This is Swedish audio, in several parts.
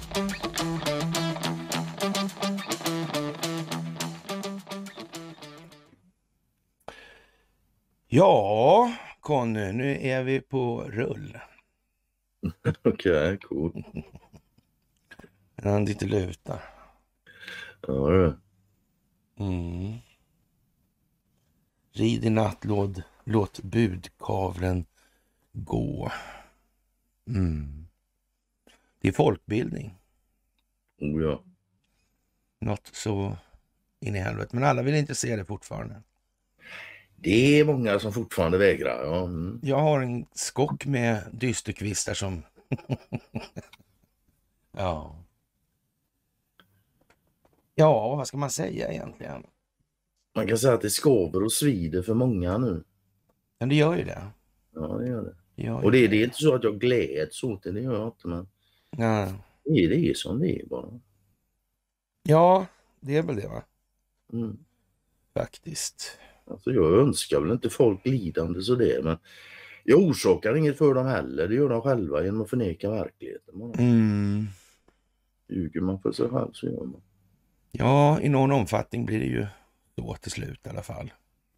Ja, Conny, nu är vi på rull. Okej, cool. Han lite luta. Ja, det. Rid i nattlåd, låt budkavlen gå. Det är folkbildning. Oh, ja. Något så in i helvete. Men alla vill inte se det fortfarande. Det är många som fortfarande vägrar. Ja. Jag har en skock med dysterkvistar som... Ja, vad ska man säga egentligen? Man kan säga att det skaver och svider för många nu. Men det gör ju det. Ja, det gör det. Ja, Och det är inte så att jag gläds åt det gör jag inte. Men ja. det är som det är bara. Ja, det är väl det, va? Mm. Faktiskt. Alltså jag önskar väl inte folk lidande så det, men jag orsakar inget för dem heller. Det gör de själva genom att förneka verkligheten. Ljuger man för sig själv så gör man. Ja, i någon omfattning blir det ju så till slut i alla fall.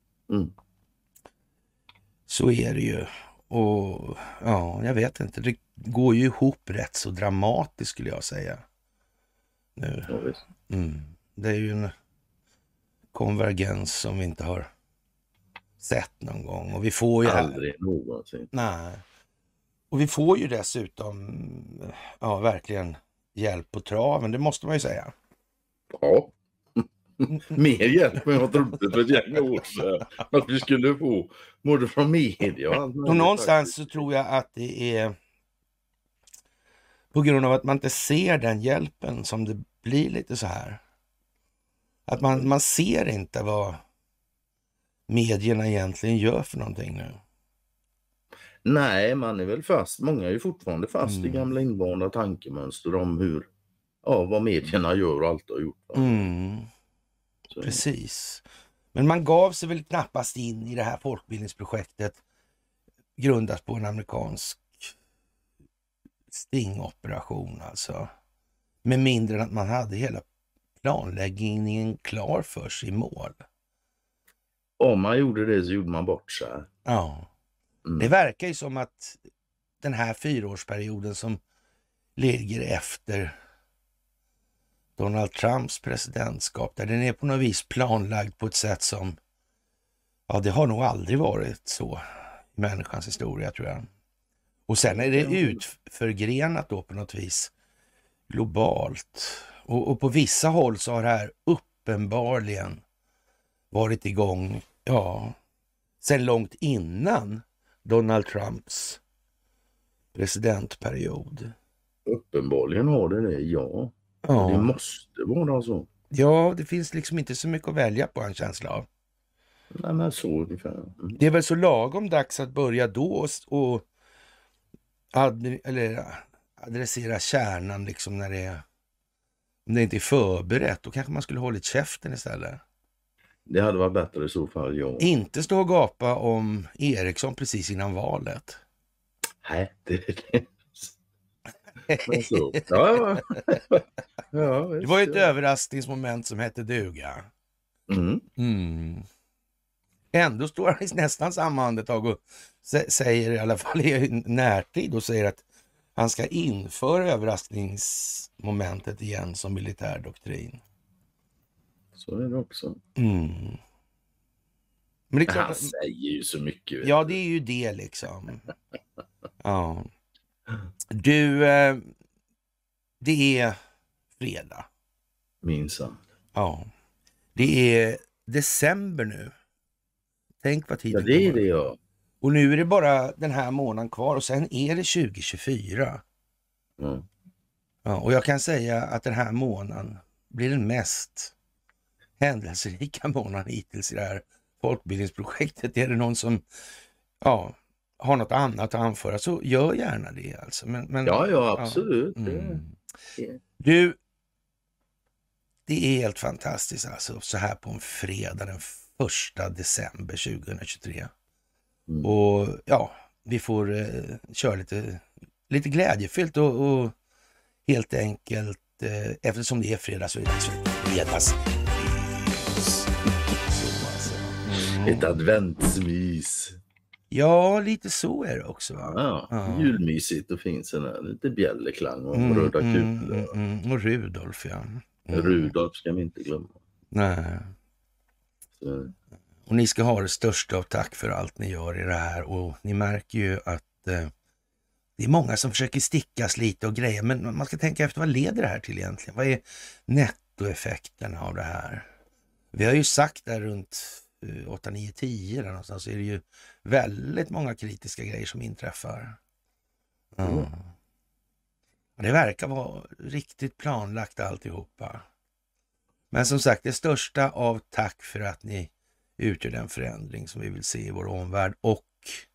Så är det ju. Och ja, jag vet inte. Det går ju ihop rätt så dramatiskt skulle jag säga. Nu. Ja, visst. Det är ju en konvergens som vi inte har sett någon gång. Och vi får ju... Aldrig någonsin. Nej. Och vi får ju dessutom verkligen hjälp på traven. Det måste man ju säga. Ja. Mer hjälp än jag trodde för ett gäng år sedan. Att vi skulle få både från media och allt. Och någonstans så tror jag att det är på grund av att man inte ser den hjälpen som det blir lite så här. Att man ser inte vad medierna egentligen gör för någonting nu. Nej, man är väl fast. Många är ju fortfarande fast i gamla invanda tankemönster om hur, vad medierna gör och allt har gjort. Precis. Men man gav sig väl knappast in i det här folkbildningsprojektet grundat på en amerikansk stingoperation alltså. Med mindre än att man hade hela planläggningen klar för sig i mål. Om man gjorde det så gjorde man bort sig. Ja. Det verkar ju som att den här 4-årsperioden som ligger efter Donald Trumps presidentskap, där den är på något vis planlagd på ett sätt som, det har nog aldrig varit så i människans historia tror jag. Och sen är det utförgrenat då på något vis globalt. Och på vissa håll så har det här uppenbarligen varit igång, sen långt innan Donald Trumps presidentperiod. Uppenbarligen har det, ja. Det måste vara så. Ja, det finns liksom inte så mycket att välja på en känsla av. Nej, men så ungefär. Det är väl så lagom dags att börja då och adressera kärnan liksom när om det inte är förberett, då kanske man skulle hållit käften istället. Det hade varit bättre i så fall, ja. Inte stå och gapa om Eriksson precis innan valet. Nej, det. Men så. Ja, det var ju ett överraskningsmoment som hette duga. Ändå står han i nästan samma andetag och säger i alla fall i närtid och säger att han ska införa överraskningsmomentet igen som militärdoktrin. Så är det också. Men det är klart han säger ju så mycket. Ja, det är ju det liksom. Ja. Du, det är fredag. Minsann. Ja. Det är december nu. Tänk vad tiden går. Ja, det är det, ja. Och nu är det bara den här månaden kvar och sen är det 2024. Ja, och jag kan säga att den här månaden blir den mest händelserika månaden hittills i det här folkbildningsprojektet. Är det någon som har något annat att anföra så gör gärna det alltså. Men, ja, absolut. Du, det är helt fantastiskt alltså så här på en fredag den 1 december 2023. Och vi får köra lite glädjefyllt och helt enkelt, eftersom det är fredag så är det fredags. Ett adventsmys. Ja, lite så är det också. Va? Ja, julmysigt och finns sådär. Lite bjällerklang och röda kulor. Och Rudolf, ja. Rudolf ska vi inte glömma. Nej. Så. Och ni ska ha det största av tack för allt ni gör i det här. Och ni märker ju att det är många som försöker stickas lite och grejer. Men man ska tänka efter, vad leder det här till egentligen? Vad är nettoeffekten av det här? Vi har ju sagt där runt 8, 9, 10 där någonstans, så är det ju väldigt många kritiska grejer som inträffar. Det verkar vara riktigt planlagt alltihopa. Men som sagt, det största av tack för att ni utgör den förändring som vi vill se i vår omvärld, och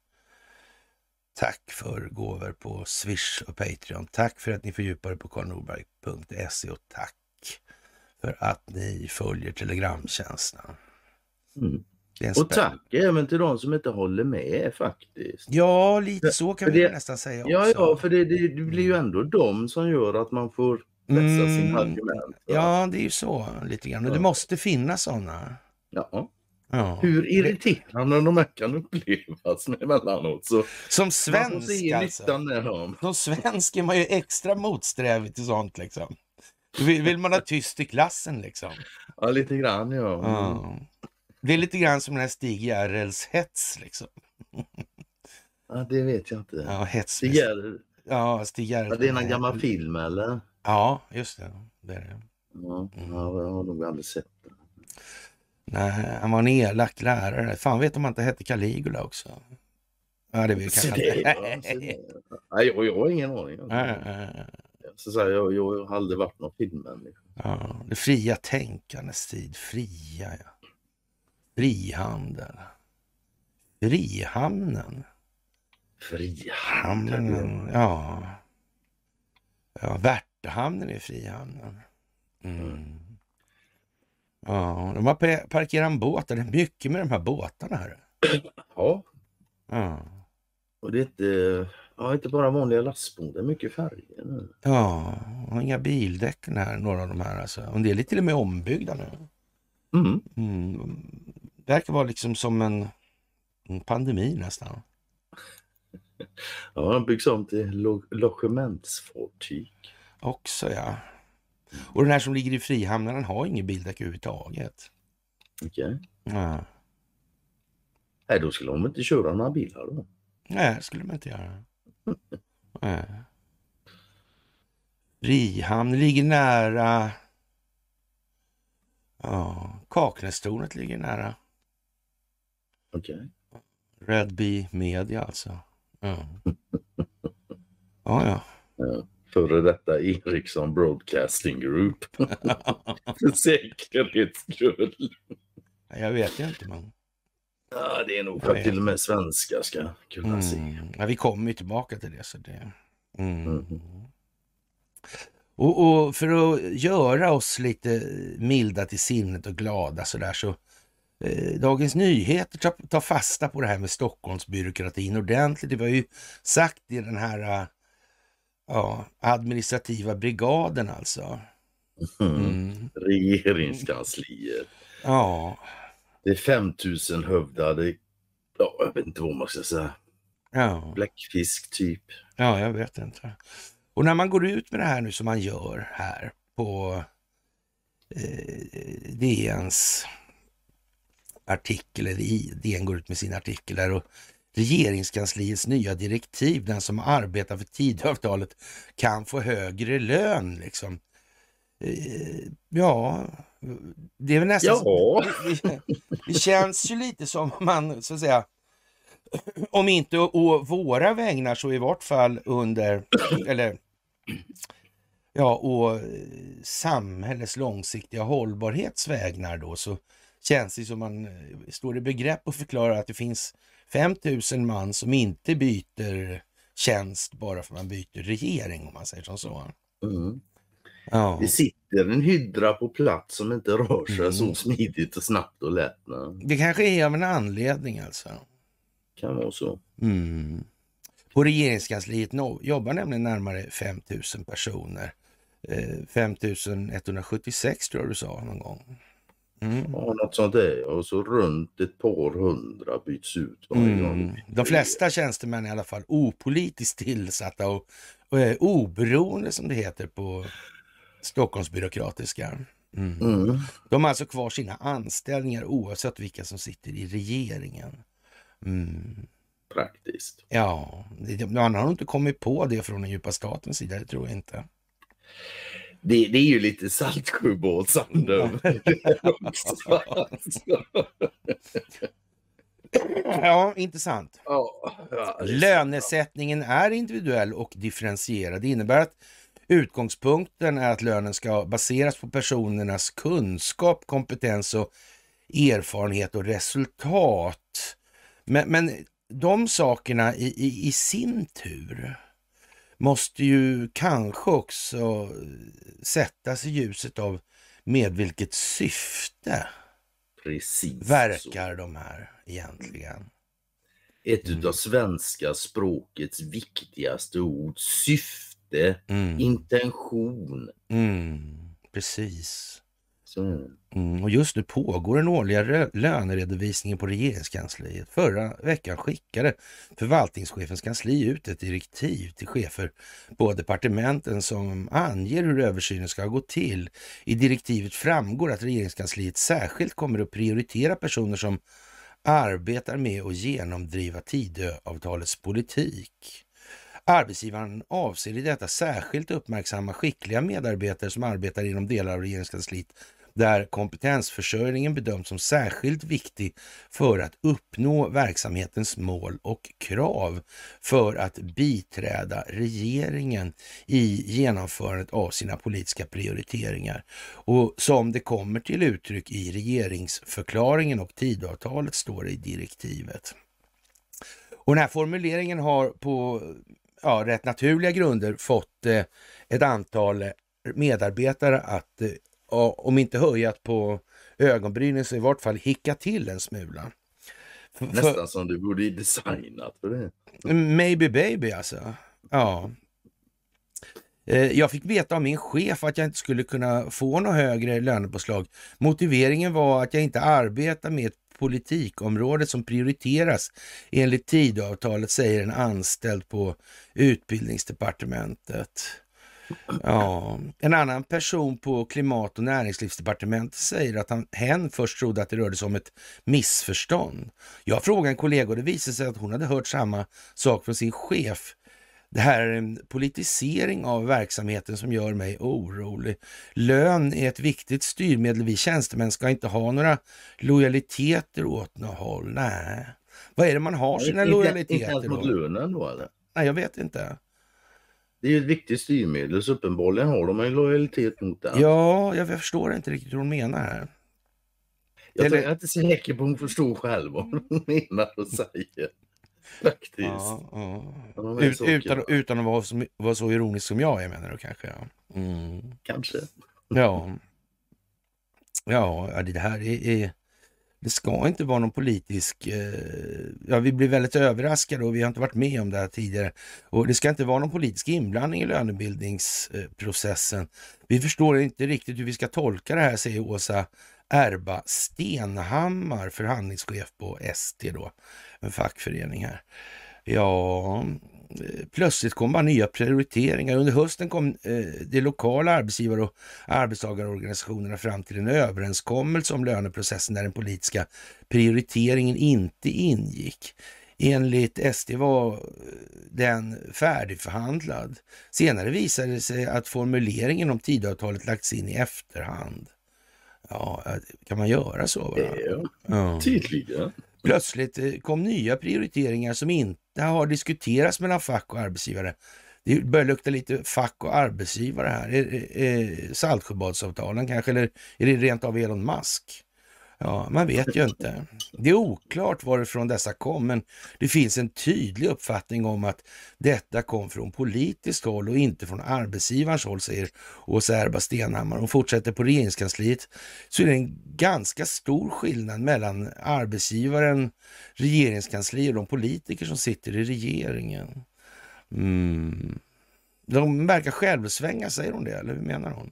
tack för gåvor på Swish och Patreon. Tack för att ni fördjupar er på karlnorberg.se, och tack för att ni följer Telegramtjänsten. Och tack även till de som inte håller med faktiskt. Ja, lite så kan vi nästan säga också. Ja, för det blir ju ändå de som gör att man får vässa sin argument. Ja, det är ju så lite grann. Och det måste finnas sådana. Ja. Hur irriterande de här kan upplevas emellanåt. Så som svensk alltså. Som svensk är man ju extra motsträvig till sånt liksom. Vill man ha tyst i klassen liksom? Ja, lite grann, ja. Det är lite grann som den här Stig Järrels hets liksom. Ja, det vet jag inte. Ja, hets. Stig Järrel. Ja, Stig Järrel. Ja, det är en gammal film, eller? Ja, just det. Det är det. Ja, jag har nog aldrig sett det. Nej, han var en elak lärare. Fan, vet om han inte hette Caligula också? Ja, det vill kanske inte. Nej, jag har ingen aning. Så säger jag har aldrig varit någon filmmänniska. Ja, det fria tänkandets tid. Fria, ja. Frihandel. Frihamnen. Frihamnen. Ja. Värtahamnen är Frihamnen. Ja, de har parkerat en båt. Det är mycket med de här båtarna här. Ja. Och det är inte bara vanliga lastbåtar, det är mycket färger nu. Ja, och inga bildäck här, några av de här alltså. Och det är till och med ombyggda nu. Det verkar vara liksom som en pandemi nästan. Ja, den byggs om till logementsfartyg. Också, ja. Och den här som ligger i Frihamnen, den har ingen bildäck överhuvudtaget. Okej. Ja. Nej, då skulle de inte köra några bilar då. Nej, det skulle de inte göra. Nej. Frihamn ligger nära... Ja, Kaknästornet ligger nära. Okej. Redby Media alltså. Ja. Före detta Ericsson Broadcasting Group. För säkerhets skull. Jag vet ju inte, men... Ja, det är nog för att till och med svenskar ska kunna se. Ja, vi kommer ju tillbaka till det. Så det... Och för att göra oss lite milda till sinnet och glada sådär, så Dagens Nyheter tar fasta på det här med Stockholmsbyråkratin ordentligt. Det var ju sagt i den här administrativa brigaden alltså. Regeringskansliet. Ja. Det är 5000 hövdade, jag vet inte vad man ska säga. Ja. Bläckfisk typ. Ja, jag vet inte. Och när man går ut med det här nu som man gör här på DNs artikel, eller DN går ut med sin artikel där, och regeringskansliets nya direktiv, den som arbetar för Tidöavtalet kan få högre lön liksom. Ja, det är väl nästan det känns ju lite som man, så att säga, om inte å våra vägnar så i vart fall under, eller och samhällets långsiktiga hållbarhetsvägnar då, så känns det som man står i begrepp och förklarar att det finns 5000 man som inte byter tjänst bara för man byter regering, om man säger som så. Ja. Det sitter en hydra på plats som inte rör sig så smidigt och snabbt och lätt. Det kanske är av en anledning alltså. Kan vara så. På regeringskansliet jobbar nämligen närmare 5 000 personer. 5 176 tror jag du sa någon gång. Ja, något sånt där. Och så runt ett par hundra byts ut varje gång. De flesta tjänstemän är i alla fall opolitiskt tillsatta och oberoende som det heter på Stockholmsbyråkratiska. De har alltså kvar sina anställningar oavsett vilka som sitter i regeringen. Praktiskt. Ja, man har nog inte kommit på det från den djupa statens sida, det tror jag inte. Det är ju lite Saltsjöbadsand över det också. Ja, intressant. Ja, Lönesättningen är individuell och differentierad. Det innebär att utgångspunkten är att lönen ska baseras på personernas kunskap, kompetens och erfarenhet och resultat. Men de sakerna i sin tur måste ju kanske också sättas i ljuset av med vilket syfte verkar de här egentligen. Ett av svenska språkets viktigaste ord, syfte, intention. Precis. Och just nu pågår den årliga löneredovisningen på regeringskansliet. Förra veckan skickade förvaltningschefens kansli ut ett direktiv till chefer på departementen som anger hur översynen ska gå till. I direktivet framgår att regeringskansliet särskilt kommer att prioritera personer som arbetar med att genomdriva Tidöavtalets politik. Arbetsgivaren avser i detta särskilt uppmärksamma skickliga medarbetare som arbetar inom delar av regeringskansliet där kompetensförsörjningen bedöms som särskilt viktig för att uppnå verksamhetens mål och krav för att biträda regeringen i genomförandet av sina politiska prioriteringar. Och som det kommer till uttryck i regeringsförklaringen och Tidöavtalet står det i direktivet. Och den här formuleringen har på rätt naturliga grunder fått ett antal medarbetare att om inte höjat på ögonbrynen så i vart fall hicka till en smula. Nästan som du borde designat för det. Maybe baby alltså. Ja. Jag fick veta av min chef att jag inte skulle kunna få något högre lönepåslag. Motiveringen var att jag inte arbetar med ett politikområde som prioriteras enligt Tidöavtalet, säger en anställd på utbildningsdepartementet. Ja, en annan person på klimat- och näringslivsdepartementet säger att hen först trodde att det rörde sig om ett missförstånd. Jag frågade en kollega och det visade sig att hon hade hört samma sak från sin chef. Det här är en politisering av verksamheten som gör mig orolig. Lön är ett viktigt styrmedel. Vi tjänstemän ska inte ha några lojaliteter åt något håll. Nej. Vad är det man har sina lojaliteter inte mot lönen då eller? Nej, jag vet inte. Det är ju ett viktigt styrmedel så uppenbarligen har de en lojalitet mot den. Ja, jag förstår inte riktigt hur hon menar här. Jag är inte säker på att hon förstår själv vad hon menar och säger. Faktiskt. Utan att vara så ironisk som jag är, menar du kanske? Ja. Kanske. Ja, det här är... Det ska inte vara någon politisk... vi blir väldigt överraskade och vi har inte varit med om det här tidigare. Och det ska inte vara någon politisk inblandning i lönebildningsprocessen. Vi förstår inte riktigt hur vi ska tolka det här, säger Åsa Erba Stenhammar, förhandlingschef på ST då, en fackförening här. Ja, plötsligt kom bara nya prioriteringar. Under hösten kom de lokala arbetsgivar- och arbetstagarorganisationerna fram till en överenskommelse om löneprocessen där den politiska prioriteringen inte ingick. Enligt SD var den färdigförhandlad. Senare visade det sig att formuleringen om Tidöavtalet lagts in i efterhand. Ja, kan man göra så? Ja, tydligen. Plötsligt kom nya prioriteringar som inte har diskuterats mellan fack och arbetsgivare. Det börjar lukta lite fack och arbetsgivare här. Saltsjöbadsavtalen kanske, eller är det rent av Elon Musk? Ja, man vet ju inte. Det är oklart varifrån dessa kom, men det finns en tydlig uppfattning om att detta kom från politiskt håll och inte från arbetsgivarens håll, säger Åsa Erba Stenhammar. Hon fortsätter på regeringskansliet så är det en ganska stor skillnad mellan arbetsgivaren, regeringskansliet och de politiker som sitter i regeringen. De verkar självsvänga, säger hon det? Eller hur menar hon?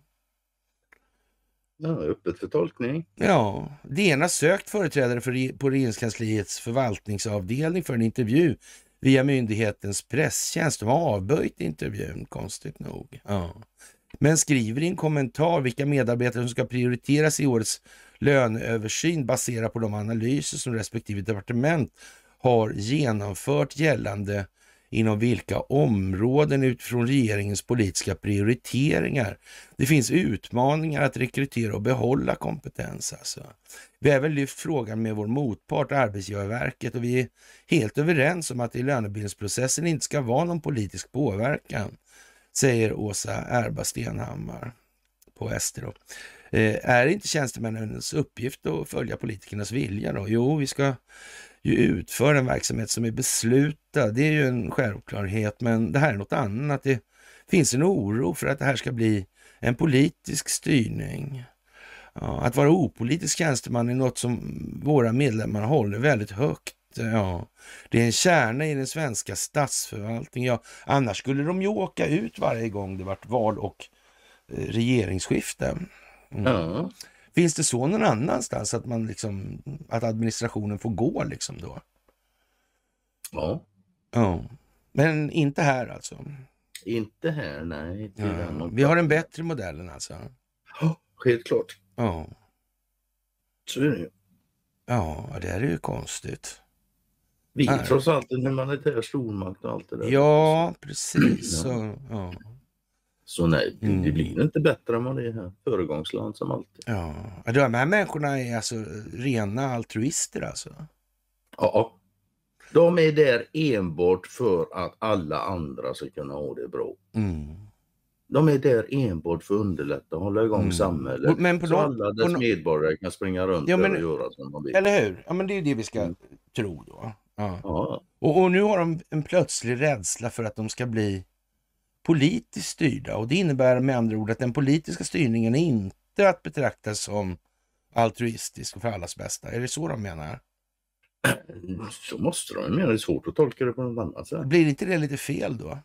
Ja, öppet för tolkning. Ja, DN har sökt företrädare på regeringskansliets förvaltningsavdelning för en intervju via myndighetens presstjänst. De har avböjt intervjun, konstigt nog. Ja. Men skriver i en kommentar vilka medarbetare som ska prioriteras i årets löneöversyn baserat på de analyser som respektive departement har genomfört gällande inom vilka områden utifrån regeringens politiska prioriteringar det finns utmaningar att rekrytera och behålla kompetens. Alltså. Vi har även lyft frågan med vår motpart Arbetsgivarverket och vi är helt överens om att det i lönebildningsprocessen inte ska vara någon politisk påverkan, säger Åsa Erba Stenhammar på SD då. Är inte tjänstemännens uppgift att följa politikernas vilja då? Jo, vi ska ju utföra en verksamhet som är beslutad. Det är ju en självklarhet, men det här är något annat. Det finns en oro för att det här ska bli en politisk styrning. Ja, att vara opolitisk tjänsteman är något som våra medlemmar håller väldigt högt. Ja, det är en kärna i den svenska statsförvaltningen. Ja, annars skulle de ju åka ut varje gång det vart val och regeringsskifte. Ja. Finns det så någon annanstans att man liksom, att administrationen får gå liksom då? Ja. Ja, men inte här alltså. Inte här, nej. Ja. Vi har en bättre modellen alltså. Ja, helt klart. Ja. Så är det ju. Ja, det är ju konstigt. Vi är trots allt en humanitär stormakt och allt det där. Ja, precis. Så, ja. Så nej, det blir inte bättre än vad det är här. Föregångsland som alltid. Ja, de här människorna är alltså rena altruister alltså. Ja, de är där enbart för att alla andra ska kunna ha det bra. De är där enbart för att underlätta och hålla igång samhället. Men på så alla dess medborgare kan springa runt och göra som de vill. Eller hur? Ja, men det är det vi ska tro då. Ja. Och nu har de en plötslig rädsla för att de ska bli politiskt styrda. Och det innebär med andra ord att den politiska styrningen är inte att betraktas som altruistisk och för allas bästa. Är det så de menar? Så måste de mena. Det är svårt att tolka det på något annat sätt. Blir inte det lite fel då?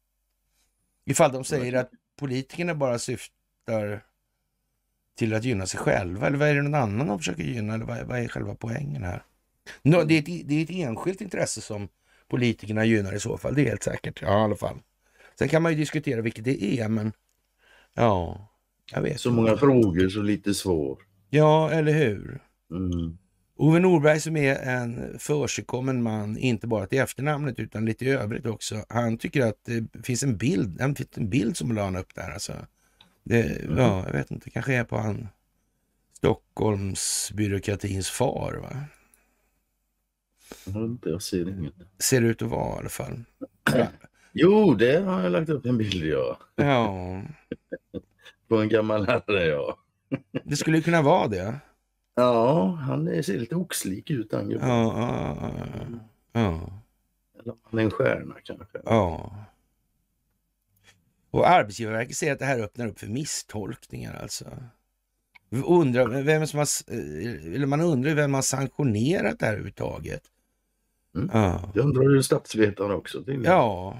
Ifall de säger att politikerna bara syftar till att gynna sig själva. Eller vad är det någon annan de försöker gynna? Eller vad är själva poängen här? Det är ett enskilt intresse som politikerna gynnar i så fall. Det är helt säkert. Ja, i alla fall. Sen kan man ju diskutera vilket det är, men ja, jag vet. Så många frågor, så lite svar. Ja, eller hur? Ove Norberg som är en försigkommen man, inte bara till efternamnet utan lite i övrigt också. Han tycker att det finns en bild som la han upp där. Alltså. Ja, jag vet inte, kanske är på han Stockholms byråkratins far, va? Jag ser inget. Ser ut att vara i alla fall. Ja. Jo, det har jag lagt upp en bild, ja. Ja. På en gammal herre, ja. Det skulle kunna vara det. Ja, han ser lite oxlik ut. Han ja. Eller han är en stjärna kanske. Ja. Och Arbetsgivarverket säger att det här öppnar upp för misstolkningar alltså. Man undrar vem har sanktionerat det här överhuvudtaget. Ja. Jag undrar ju statsvetarna också. Ja.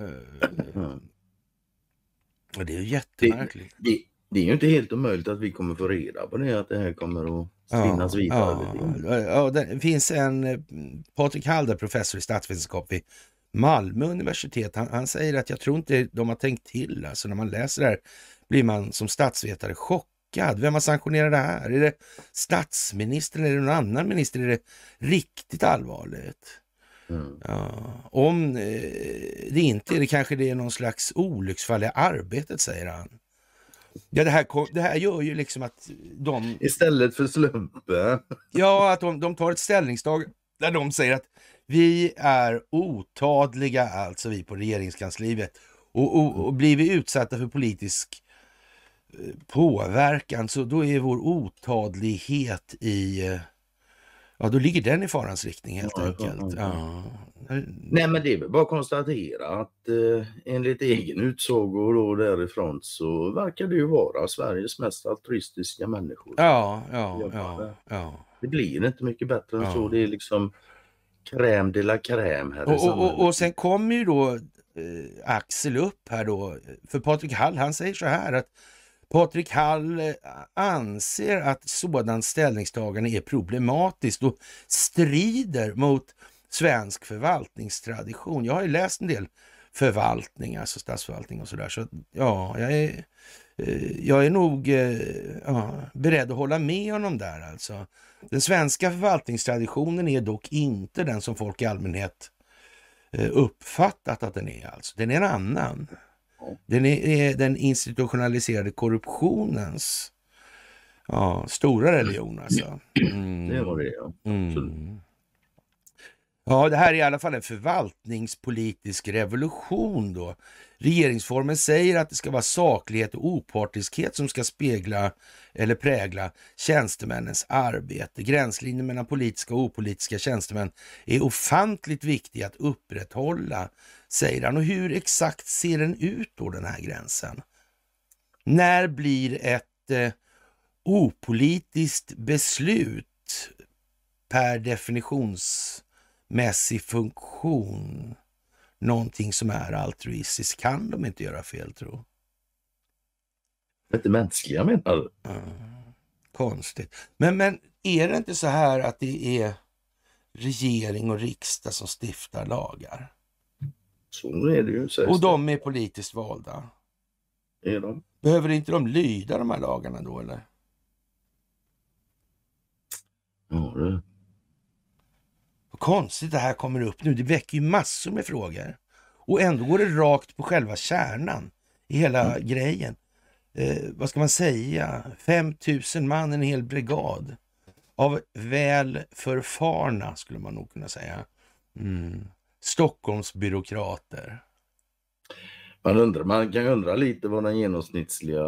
Och det är ju jättemärkligt. Det är ju inte helt omöjligt att vi kommer få reda på det, att det här kommer att finnas vidare. Ja, det finns en Patrik Halder, professor i statsvetenskap vid Malmö universitet. Han säger att jag tror inte de har tänkt till. Alltså när man läser det här blir man som statsvetare chockad. Vem har sanktionerat det här? Är det statsministern eller någon annan minister? Är det riktigt allvarligt? Ja. Om det inte är det, kanske det är någon slags olycksfall i arbetet, säger han. Ja, det här gör ju liksom att de... Istället för slumpen. Ja, att de tar ett ställningstag där de säger att vi är otadliga, alltså vi på regeringskansliet. Och blir vi utsatta för politisk påverkan, så då är vår otadlighet i... Ja, då ligger den i farans riktning helt enkelt. Ja. Nej, men det är väl bara att konstatera att enligt egen utsago då därifrån så verkar det ju vara Sveriges mest altruistiska människor. Ja. Det blir inte mycket bättre än så. Det är liksom crème de la crème här i och sen kommer ju då Axel upp här då. För Patrik Hall, han säger så här att Patrik Hall anser att sådant ställningstagande är problematiskt och strider mot svensk förvaltningstradition. Jag har ju läst en del förvaltning, alltså statsförvaltning och sådär. Så ja, jag är nog beredd att hålla med honom där alltså. Den svenska förvaltningstraditionen är dock inte den som folk i allmänhet uppfattat att den är alltså. Den är en annan. Den är den institutionaliserade korruptionens stora religion alltså. Det var det, ja. Ja, det här är i alla fall en förvaltningspolitisk revolution då. Regeringsformen säger att det ska vara saklighet och opartiskhet som ska spegla eller prägla tjänstemännens arbete. Gränslinjen mellan politiska och opolitiska tjänstemän är ofantligt viktig att upprätthålla, säger han. Och hur exakt ser den ut då, den här gränsen? När blir ett opolitiskt beslut per definitionsmässig funktion någonting som är altruistiskt? Kan de inte göra fel, tro? Det är inte mänskliga, menar du? Konstigt. Men är det inte så här att det är regering och riksdag som stiftar lagar? Så är det ju. Och de är politiskt valda. Är de? Behöver inte de lyda de här lagarna då, eller? Ja, det. Vad konstigt det här kommer upp nu. Det väcker ju massor med frågor. Och ändå går det rakt på själva kärnan i hela grejen. Vad ska man säga? 5000 man, en hel brigad. Av väl förfarna, skulle man nog kunna säga. Stockholmsbyråkrater. Man kan undra lite vad den genomsnittliga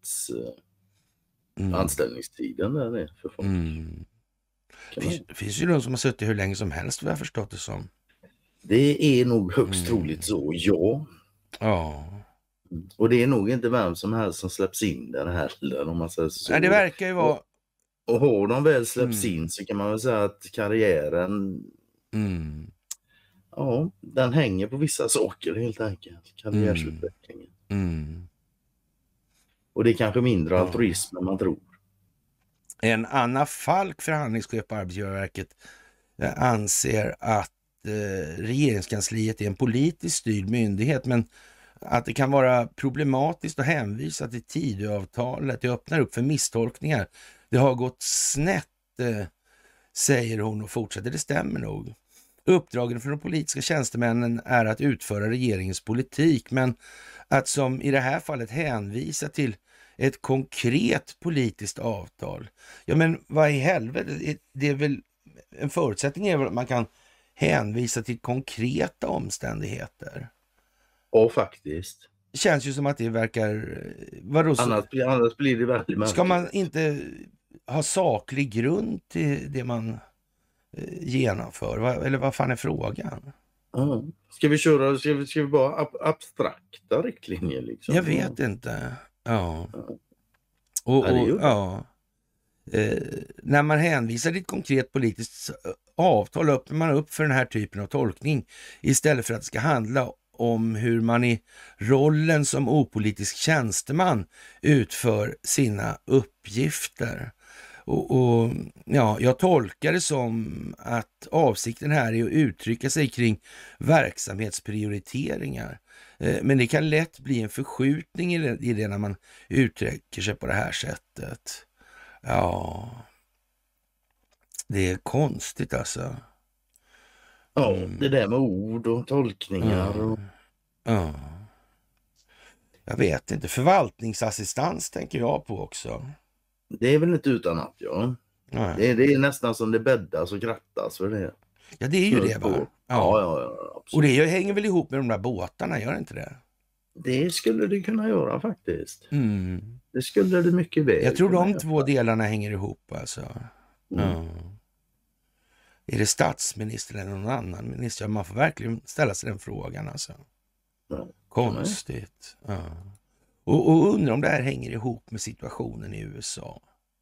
anställningstiden är för folk. Det finns ju de som har suttit hur länge som helst, vad jag förstått det som. Det är nog högst troligt så, ja. Ja. Och det är nog inte vem som helst som släpps in där heller, om man säger så. Nej, det verkar ju vara... Och har de väl släpps in så kan man väl säga att karriären... Ja, den hänger på vissa saker helt enkelt. Karriärsutvecklingen. Och det är kanske mindre altruism än man tror. En Anna Falk, förhandlingschef på Arbetsgivarverket, anser att regeringskansliet är en politiskt styrd myndighet, men att det kan vara problematiskt att hänvisa till Tidöavtalet. Det öppnar upp för misstolkningar. Det har gått snett, säger hon och fortsätter. Det stämmer nog. Uppdragen för de politiska tjänstemännen är att utföra regeringens politik, men att som i det här fallet hänvisa till ett konkret politiskt avtal. Ja, men vad i helvete, det är väl en förutsättning är väl att man kan hänvisa till konkreta omständigheter. Ja, faktiskt. Det känns ju som att det verkar... Annars blir det väldigt märkligt. Ska man inte ha saklig grund till det man genomför? Eller vad fan är frågan? Ska vi bara abstrakta riktlinjer liksom? Jag vet inte. Ja. När man hänvisar till ett konkret politiskt avtal öppnar man upp för den här typen av tolkning istället för att det ska handla om hur man i rollen som opolitisk tjänsteman utför sina uppgifter. Och jag tolkar det som att avsikten här är att uttrycka sig kring verksamhetsprioriteringar. Men det kan lätt bli en förskjutning i det när man uttrycker sig på det här sättet. Ja, det är konstigt alltså. Ja, det där med ord och tolkningar. Ja. Jag vet inte. Förvaltningsassistans tänker jag på också. Det är väl inte utan att, ja. Det är nästan som det bäddas och krattas för det. Ja, det är ju det, va? Ja, och det hänger väl ihop med de där båtarna, gör det inte det? Det skulle det kunna göra faktiskt. Det skulle det mycket väl. Jag tror de två delarna hänger ihop alltså. Är det statsministern eller någon annan minister? Ja, man får verkligen ställa sig den frågan alltså. Konstigt. Och undrar om det här hänger ihop med situationen i USA.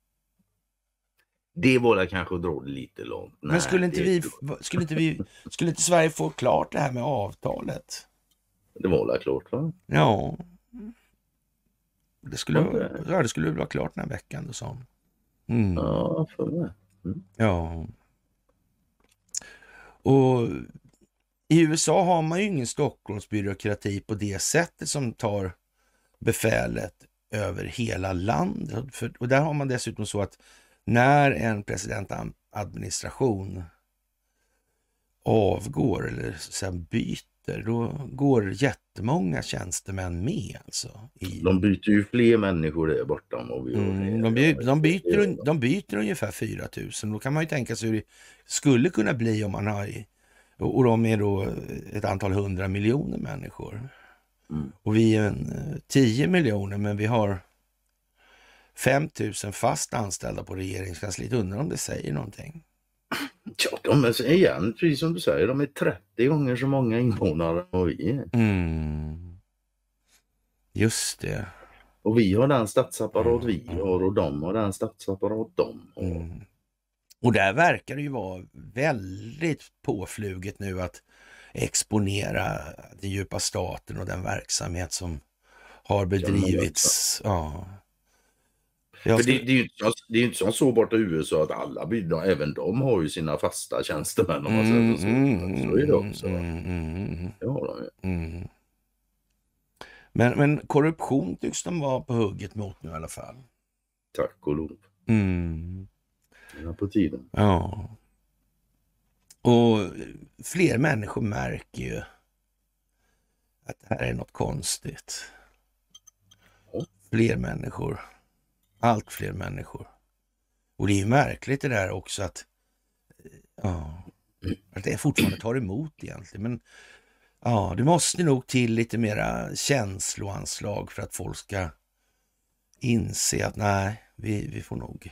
Det var kanske att dra det lite långt. Men skulle inte Sverige få klart det här med avtalet? Det var väl klart, va? Ja. Det skulle vara klart den här veckan, sa hon. Ja, för mig. Ja. Och i USA har man ju ingen Stockholmsbyråkrati på det sättet som tar befälet över hela landet. Och där har man dessutom så att när en presidentadministration avgår eller sen byter, då går jättemånga tjänstemän med. Alltså, de byter ju fler människor där borta. De byter ungefär 4 000. Då kan man ju tänka sig hur det skulle kunna bli om man har, och de är då ett antal 100 miljoner människor. Och vi är 10 miljoner, men vi har 5 000 fast anställda på regeringskansliet. Undrar om det säger någonting. Ja, de är igen, precis som du säger, de är 30 gånger så många invånare än vi är. Just det. Och vi har den statsapparat vi har och de har den statsapparat de har. Och där verkar det ju vara väldigt påfluget nu att exponera den djupa staten och den verksamhet som har bedrivits. Ja. För det är ju inte så borta i USA att alla bydar, även de har ju sina fasta tjänstemän om man säger så. Så är det också. Ja, Men korruption tycks de vara på hugget mot nu i alla fall. Tack och lov. Ja, på tiden. Ja. Och fler människor märker ju att det här är något konstigt. Fler människor. Allt fler människor. Och det är ju märkligt det där också att det fortfarande tar emot egentligen. Men ja, det måste nog till lite mera känsloanslag för att folk ska inse att nej, vi får nog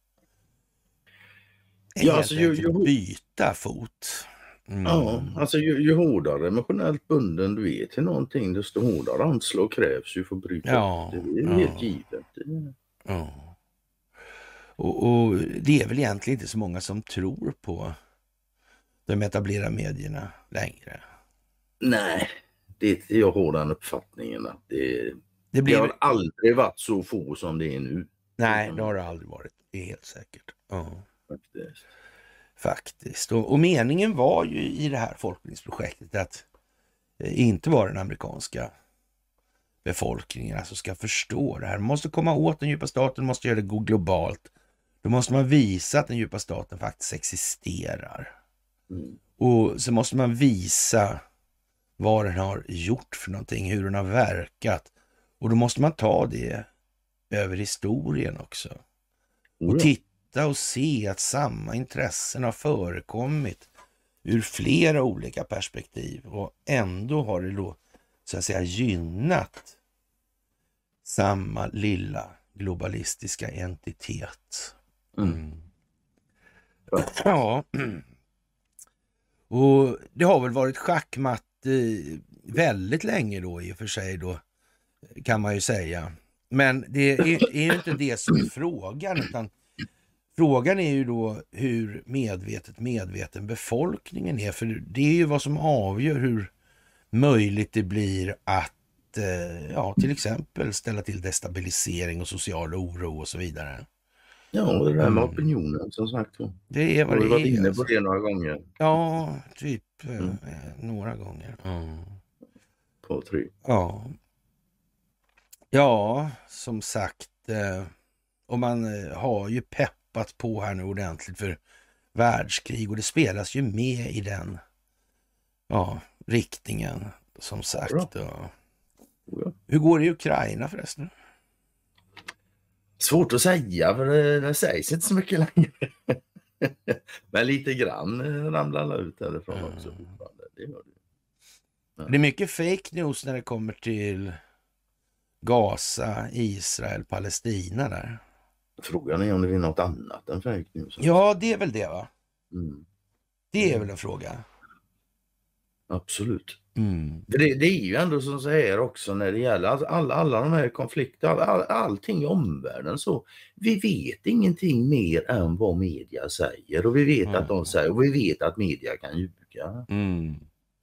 byta fot. Ja, alltså ju hårdare emotionellt bunden du är till någonting, desto hårdare anslag krävs ju för att bryta upp. Det är helt givet. Ja. Och det är väl egentligen inte så många som tror på de etablerade medierna längre. Nej, jag har den uppfattningen att det har aldrig varit så få som det är nu. Nej, det har det aldrig varit. Det är helt säkert. Ja. Faktiskt. Och meningen var ju i det här folkbildningsprojektet att inte bara den amerikanska befolkningen alltså ska förstå det här. Man måste komma åt den djupa staten, måste göra det globalt. Då måste man visa att den djupa staten faktiskt existerar. Och så måste man visa vad den har gjort för någonting, hur den har verkat. Och då måste man ta det över historien också. Och titta och se att samma intressen har förekommit ur flera olika perspektiv. Och ändå har det då så att säga gynnat samma lilla globalistiska entitet. Ja. Och det har väl varit schackmatt väldigt länge då i och för sig då, kan man ju säga. Men det är ju inte det som är frågan, utan frågan är ju då hur medveten befolkningen är. För det är ju vad som avgör hur möjligt det blir att till exempel ställa till destabilisering och social oro och så vidare. Ja, det där med opinionen som sagt. Det är vad det är. Vi har varit inne på det några gånger. Ja, typ några gånger. På 3. Ja, som sagt. Och man har ju peppat på här nu ordentligt för världskrig. Och det spelas ju med i den riktningen, som sagt. Hur går det i Ukraina förresten? Svårt att säga, för det sägs inte så mycket längre. Men lite grann ramlar ut därifrån också. Det gör det. Ja. Det är mycket fake news när det kommer till Gaza, Israel, Palestina där. Frågan är om det är något annat än fake news. Ja, det är väl det, va? Det är väl en fråga. Absolut. Det är ju ändå som så här också när det gäller alla de här konflikterna, allting i omvärlden, så vi vet ingenting mer än vad media säger, och vi vet att de säger, och vi vet att media kan ljuga.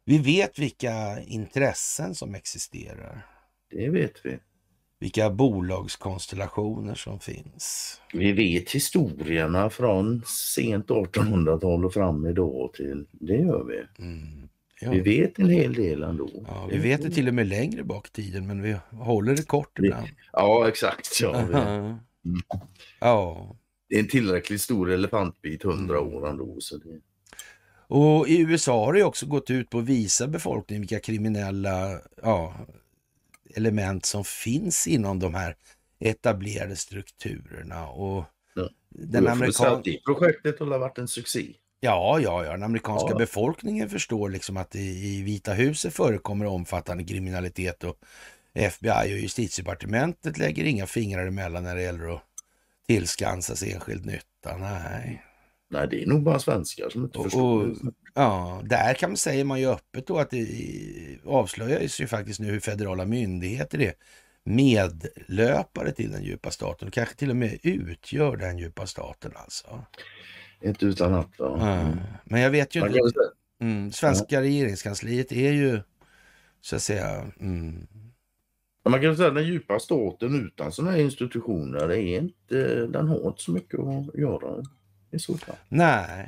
Vi vet vilka intressen som existerar. Det vet vi. Vilka bolagskonstellationer som finns. Vi vet historierna från sent 1800-tal och fram idag till, det gör vi. Ja. Vi vet en hel del ändå. Ja, vi vet det till och med längre bak i tiden, men vi håller det kort ibland. Ja, exakt. Ja, ja. Det är en tillräckligt stor elefantbit, 100 år ändå. Så det... Och i USA har det också gått ut på att visa befolkningen vilka kriminella element som finns inom de här etablerade strukturerna. Och det projektet har varit en succé. Ja, den amerikanska befolkningen förstår liksom att i Vita huset förekommer omfattande kriminalitet och FBI och justitiedepartementet lägger inga fingrar emellan när det gäller att tillskansas enskild nytta. Nej, det är nog bara svenskar som inte förstår. Där kan man säga man ju öppet då att det avslöjas ju faktiskt nu hur federala myndigheter är medlöpare till den djupa staten och kanske till och med utgör den djupa staten alltså. Inte utan att. Men jag vet ju inte. Svenska regeringskansliet är ju så att säga. Man kan säga att den djupa staten utan sådana här institutioner är inte, den har inte så mycket att göra i så fall. Nej.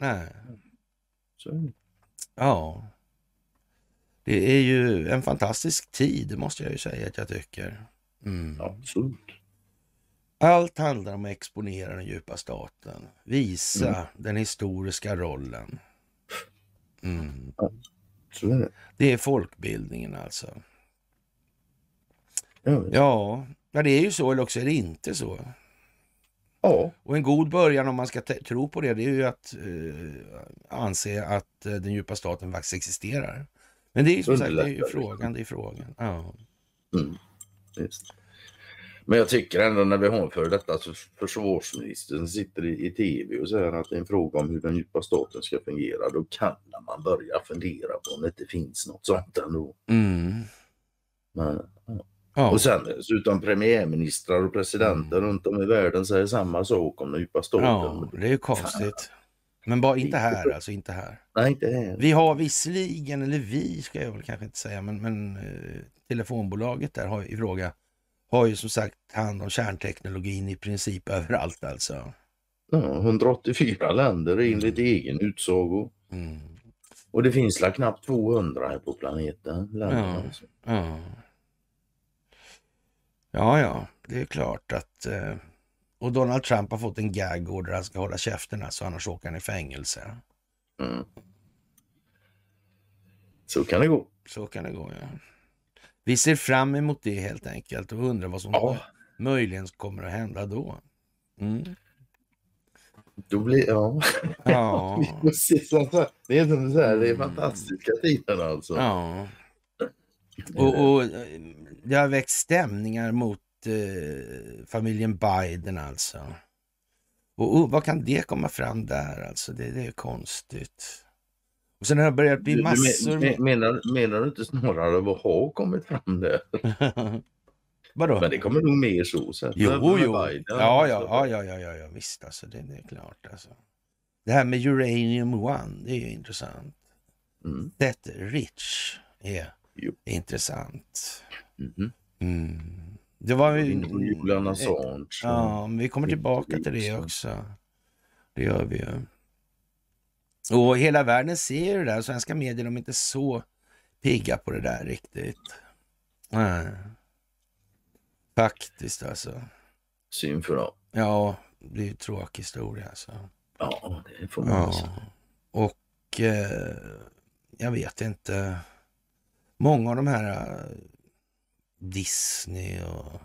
Så. Ja. Det är ju en fantastisk tid, måste jag ju säga att jag tycker. Absolut. Allt handlar om att exponera den djupa staten. Visa den historiska rollen. Ja, så är det. Det är folkbildningen alltså. Ja, det är ju så, eller också är det inte så. Ja. Och en god början om man ska tro på det, det är ju att anse att den djupa staten faktiskt existerar. Men det är ju som sagt, det är ju frågan. Ja. Just. Men jag tycker ändå när vi har för detta försvarsministern sitter i tv och säger att det är en fråga om hur den djupa staten ska fungera, då kan man börja fundera på om det inte finns något sånt ändå. Men, och sen utan premiärministrar och presidenter runt om i världen säger samma sak om den djupa staten. Ja, det är ju konstigt. Men bara inte här, alltså inte här. Nej, inte här. Vi har visserligen, eller vi ska jag väl kanske inte säga, men telefonbolaget där i fråga har ju som sagt hand om kärnteknologin i princip överallt alltså. Ja, 184 länder enligt egen utsago. Och det finns knappt 200 här på planeten. Ja, det är klart att... och Donald Trump har fått en gag-order, han ska hålla käften så annars åker han i fängelse. Så kan det gå. Så kan det gå, ja. Vi ser fram emot det helt enkelt och undrar vad som möjligen kommer att hända då. Då blir det är som du säger, det är fantastiska tider alltså. Ja. Och det har växt stämningar mot familjen Biden alltså. Och vad kan det komma fram där alltså? Det är konstigt. Och sen har det börjat bli massor. Menar du inte snarare vad har kommit fram där? Vadå? Men det kommer nog mer så sen. Jo. Ja, visst alltså, det är klart alltså. Det här med Uranium One, det är ju intressant. That Rich är intressant. Det var ju Julian Assange. Ja, men vi kommer tillbaka till det också. Det gör vi ju. Och hela världen ser det där. Svenska medier, de är inte så pigga på det där riktigt. Nej. Faktiskt alltså. Synd för dem. Ja, det är ju tråkig historia alltså. Ja, det får man säga. Och jag vet inte. Många av de här Disney och...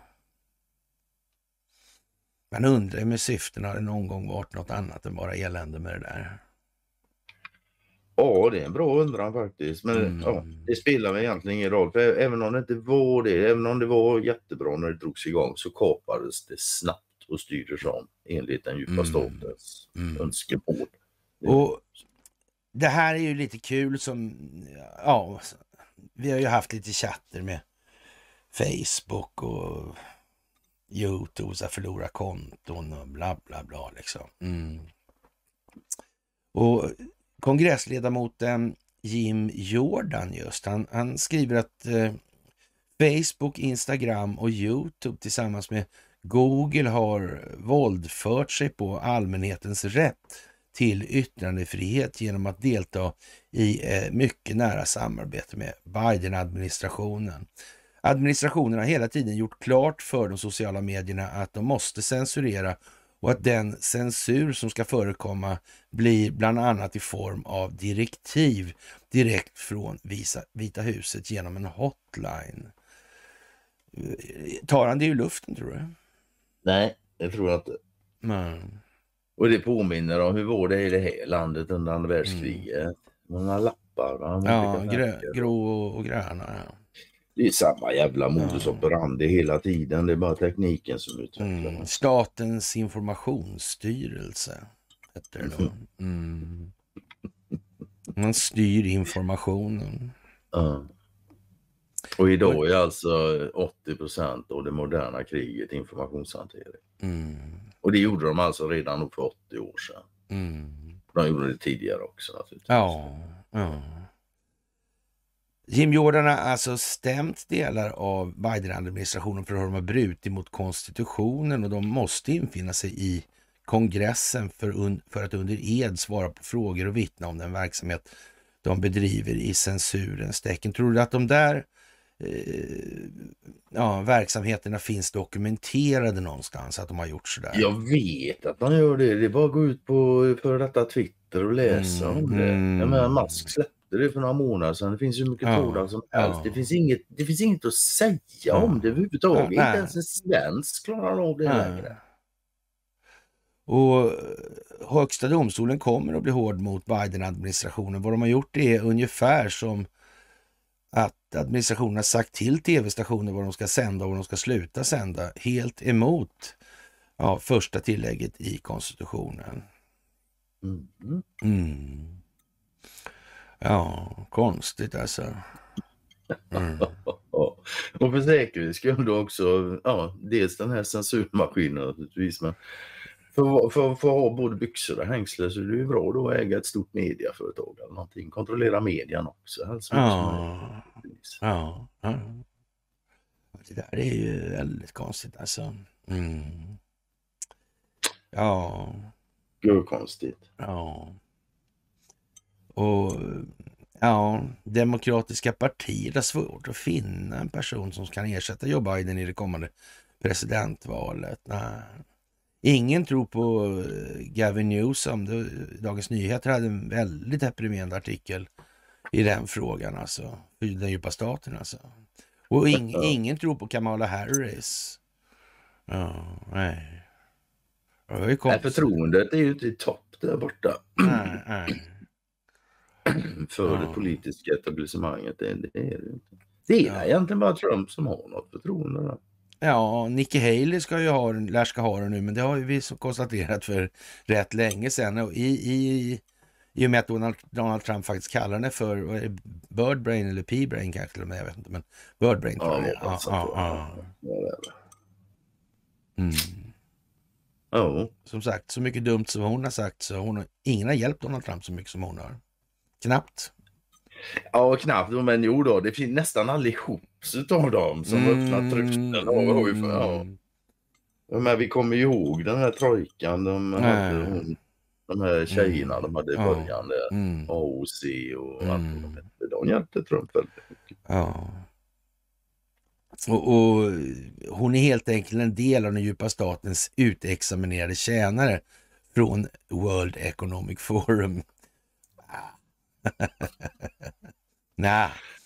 Man undrar med syften har det någon gång varit något annat än bara elände med det där. Ja, det är en bra undran faktiskt. Men det spelar väl egentligen ingen roll. För även om det inte var det, även om det var jättebra när det drogs igång, så kapades det snabbt och styrdes om enligt den djupa statens önskemål. Och det här är ju lite kul som, vi har ju haft lite chatter med Facebook och YouTube, så förlora konton och bla bla bla liksom. Och kongressledamoten Jim Jordan just. Han skriver att Facebook, Instagram och YouTube tillsammans med Google har våldfört sig på allmänhetens rätt till yttrandefrihet genom att delta i mycket nära samarbete med Biden-administrationen. Administrationen har hela tiden gjort klart för de sociala medierna att de måste censurera och att den censur som ska förekomma blir bland annat i form av direktiv direkt från Vita huset genom en hotline. Tar han det ur luften, tror du? Nej, det tror jag inte. Och det påminner om hur var det i det här landet under andra världskriget. Många lappar. Ja, grå och gröna. Ja. Det är samma jävla modus operandi hela tiden. Det är bara tekniken som utvecklar. Statens informationsstyrelse heter det då. Man styr informationen. Och idag är alltså 80% av det moderna kriget informationshantering. Och det gjorde de alltså redan för 80 år sedan. De gjorde det tidigare också naturligtvis. Ja. Jim Jordan har alltså stämt delar av Biden-administrationen för att de har brutit mot konstitutionen och de måste infinna sig i kongressen för att under ed svara på frågor och vittna om den verksamhet de bedriver i censurens tecken. Tror du att de där verksamheterna finns dokumenterade någonstans, att de har gjort sådär? Jag vet att de gör det. Det är bara att gå ut på för detta Twitter och läsa om det. Jag menar, Musk släppte det för några månader sedan. Det finns ju mycket trådar som helst. Det finns inget att säga om det överhuvudtaget. Inte ens en svensk klarar av det längre. Och högsta domstolen kommer att bli hård mot Biden-administrationen. Vad de har gjort är ungefär som att administrationen har sagt till tv-stationer vad de ska sända och vad de ska sluta sända. Helt emot första tillägget i konstitutionen. Ja, konstigt alltså. Och för säkerhets skull då också, dels den här censurmaskinen naturligtvis, men för att ha både byxor och hängslar så är det ju bra då att äga ett stort mediaföretag eller någonting. Kontrollera medien också. Alltså, ja. Det där är ju väldigt konstigt alltså. Ja. Gud konstigt. Ja. Och demokratiska partier har svårt att finna en person som kan ersätta Joe Biden i det kommande presidentvalet. Nej. Ingen tror på Gavin Newsom. Dagens Nyheter hade en väldigt deprimerande artikel i den frågan alltså. För den djupa staten alltså. Och ingen tror på Kamala Harris. Nej. Förtroendet är ju inte i topp där borta. Nej. För det politiska etablissemanget. Det är det inte. Det är egentligen bara Trump som har något förtroende där. Ja, Nikki Haley ska ha det nu, men det har vi så konstaterat för rätt länge sedan. Och i och med att Donald Trump faktiskt kallar henne för Birdbrain eller P-brain kanske, men jag vet inte, men Birdbrain tror jag det. Som sagt, så mycket dumt som hon har sagt, så ingen har hjälpt Donald Trump så mycket som hon har. Knappt. Ja, knappt. Men jo då, det finns nästan allihop av dem som öppnat tryften. Men vi kommer ju ihåg den här trojkan de här tjejerna de hade i början där. AOC och allt. De hjälpte Trump väldigt mycket. Ja. Och hon är helt enkelt en del av den djupa statens utexaminerade tjänare från World Economic Forum. Ja.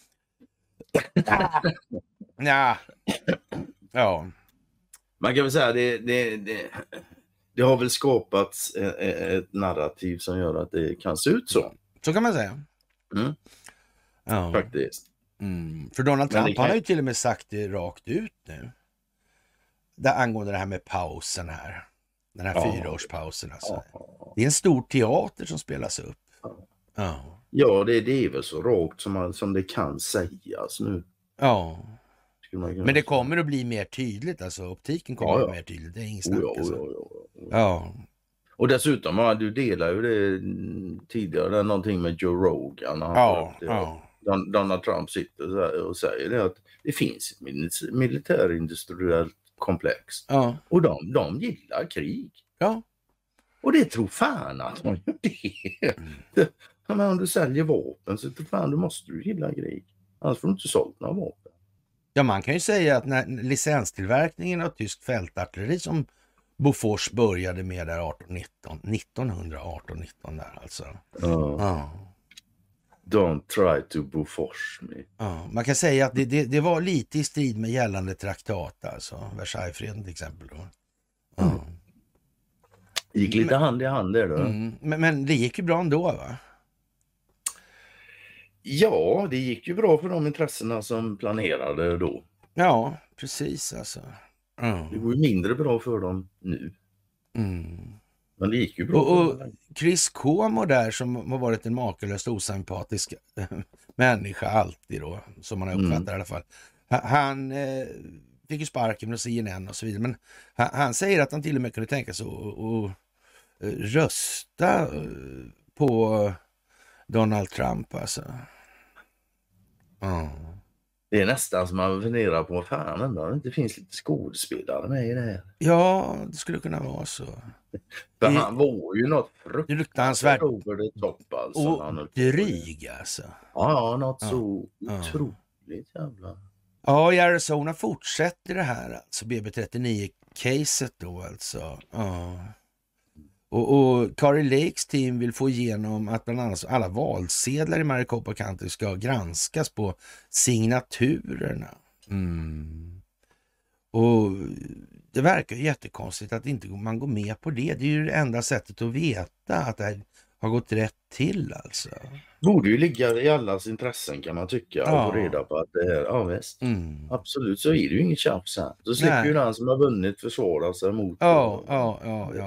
Man kan väl säga det har väl skapats ett narrativ som gör att det kan se ut så. Så kan man säga. Faktiskt. För Donald Trump han har ju till och med sagt det rakt ut nu. Angående det här med pausen här. Den här 4-årspausen alltså. Det är en stor teater som spelas upp. Ja, det är väl så rakt som det kan sägas nu. Ja. Men det kommer att bli mer tydligt, alltså optiken kommer att bli mer tydligt. Det är inget snack alltså. Och dessutom, du delar ju det tidigare, någonting med Joe Rogan. Donald Trump sitter och säger det att det finns ett militärindustriellt komplex. Ja. Och de gillar krig. Ja. Och det tror fan att man gör det. Men om du säljer vapen så tror fan du måste gilla krig. Annars får du inte sålt några vapen. Ja, man kan ju säga att när licenstillverkningen av tysk fältartilleri som Bofors började med där 1918-19 där alltså. Ja. Don't try to Bofors me. Ja, man kan säga att det var lite i strid med gällande traktat, alltså Versaillesfreden till exempel då. Ja. Gick lite hand i hand där då. Men det gick ju bra ändå, va? Ja, det gick ju bra för de intressena som planerade då. Ja, precis alltså. Det går ju mindre bra för dem nu. Men det gick ju bra. Och Chris Cuomo där, som har varit en makalöst osympatisk människa alltid då, som man har uppfattat i alla fall. Han fick ju sparken med CNN och så vidare. Men han säger att han till och med kunde tänka sig att rösta på Donald Trump alltså. Det är nästan som man funderar på, fan ändå, det inte finns lite skådespelare med i det här. Ja, det skulle kunna vara så. För han var ju något fruktansvärt over the top alltså. Och dryg alltså. Ja, något så otroligt jävla. Ja, i Arizona fortsätter det här alltså, BB39-caset då alltså. Ja. Och Kari Lakes team vill få igenom att bland annat alla valsedlar i Maricopa County ska granskas på signaturerna. Och det verkar jättekonstigt att inte man går med på det. Det är ju det enda sättet att veta att det här har gått rätt till alltså. Borde ju ligga i allas intressen kan man tycka och få reda på att det här, visst. Absolut, så är det ju inget tjafs här. Så slipper ju den som har vunnit försvara sig mot. Ja.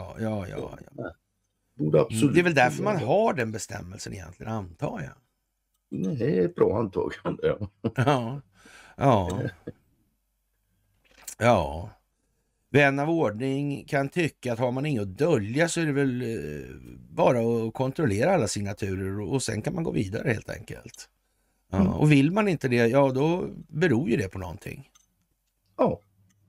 Borde absolut. Det är väl därför man har den bestämmelsen egentligen, antar jag. Det är ett bra antagande, Ja. Vän av ordning kan tycka att har man inget att dölja så är det väl bara att kontrollera alla signaturer och sen kan man gå vidare helt enkelt. Och vill man inte det, då beror ju det på någonting. Ja.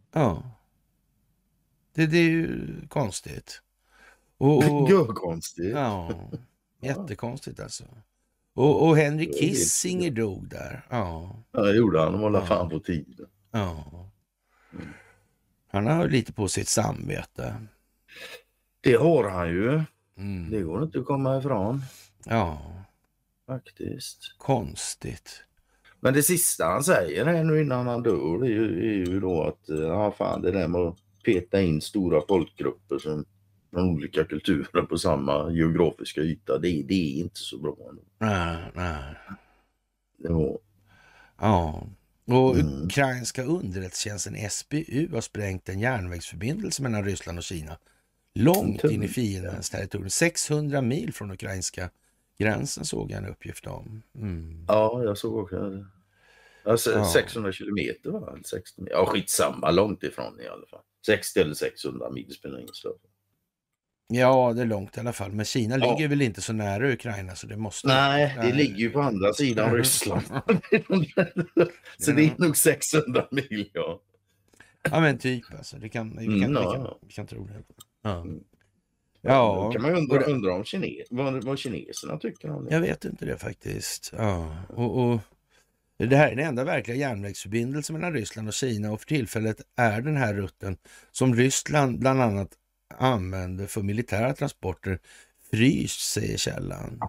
Det är ju konstigt. Konstigt. Ja, jättekonstigt alltså. Och Henry Kissinger dog där. Ja, det gjorde han. De håller fan på tiden. Ja. Han har lite på sitt samvete. Det har han ju. Det går inte att komma ifrån. Ja. Faktiskt. Konstigt. Men det sista han säger här nu innan han dör är ju då att det där med att peta in stora folkgrupper som från olika kulturer på samma geografiska yta, det är inte så bra. Nej. Det var... Ja. Och ukrainska underrättelsetjänsten SBU har sprängt en järnvägsförbindelse mellan Ryssland och Kina långt in i fiendens territorium. 600 mil från ukrainska gränsen såg jag en uppgift om. Ja, jag såg också. 600 kilometer var det. 60 mil. Ja, skitsamma, långt ifrån i alla fall. 60 eller 600 mil spelar ingen större. Ja, det är långt i alla fall. Men Kina ligger väl inte så nära Ukraina så det måste... Nej, det ligger ju på andra sidan Ryssland. Så det är nog 600 mil, Ja, men typ alltså. Vi kan tro det. Då kan man undra om vad kineserna tycker om det. Jag vet inte det faktiskt. Ja, och det här är den enda verkliga järnvägsförbindelsen mellan Ryssland och Kina och för tillfället är den här rutten som Ryssland bland annat använder för militära transporter fryst, säger källan.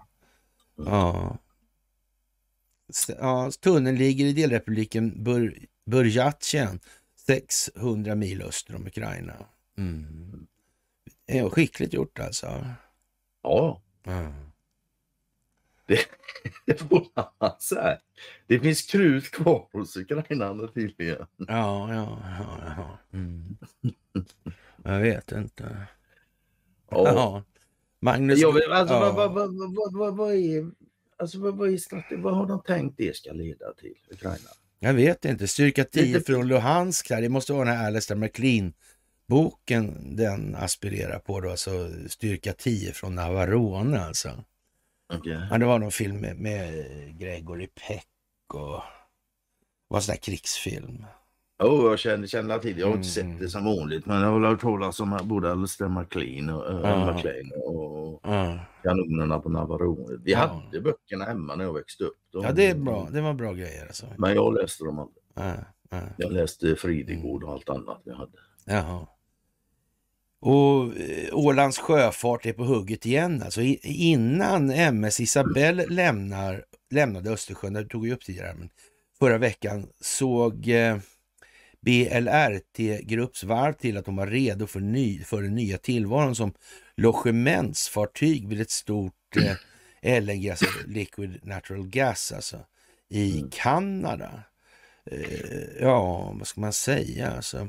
Tunneln ligger i delrepubliken Burjatien 600 mil öster om Ukraina. Det är skickligt gjort alltså. Ja. Det får man säga. Det finns krut kvar hos Ukraina tydligen. Ja. Jag vet inte. Magnus... Vad har de tänkt det ska leda till Ukraina? Jag vet inte. Styrka 10 från Luhansk där. Det måste vara den här Alistair McLean boken den aspirerar på då, alltså Styrka 10 från Navarone alltså. Okay. Ja, det var någon film med Gregory Peck och var en sån där krigsfilm. Jag känner till det. Jag har inte sett det som vanligt, men jag har hört talas om både Alistair MacLean och kanonerna på Navarone. Vi hade böckerna hemma när jag växte upp. Det är bra. Det var bra grejer alltså. Men jag läste dem aldrig. Jag läste Fridegård och allt annat vi hade. Jaha. Och Ålands sjöfart är på hugget igen. Alltså innan MS Isabelle lämnade Östersjön, det tog ju upp tidigare, men förra veckan såg BLRT-grupps varv till att de var redo för den nya tillvaron som logementsfartyg vid ett stort LNG, alltså Liquid Natural Gas, alltså, i Kanada. Vad ska man säga? Alltså,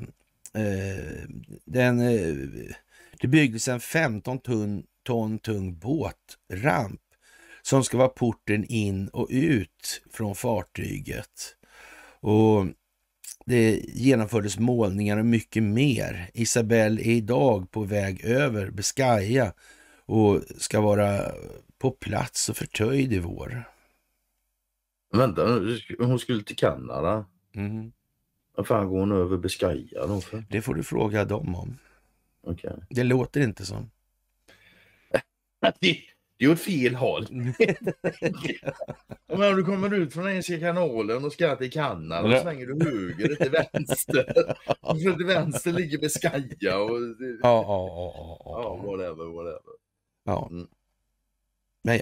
det byggdes en 15 ton tung båtramp som ska vara porten in och ut från fartyget. Och det genomfördes målningar och mycket mer. Isabelle är idag på väg över Biscaya och ska vara på plats och förtöjd i vår. Vänta, hon skulle till Kanada. Vad fan går hon över Biscaya då för? Det får du fråga dem om. Okay. Det låter inte som. Det är ju ett fel håll. Om du kommer ut från Engelska kanalen och ska till Kanada, då svänger du höger till vänster. Och till vänster ligger Biscaya och whatever. Ja. Men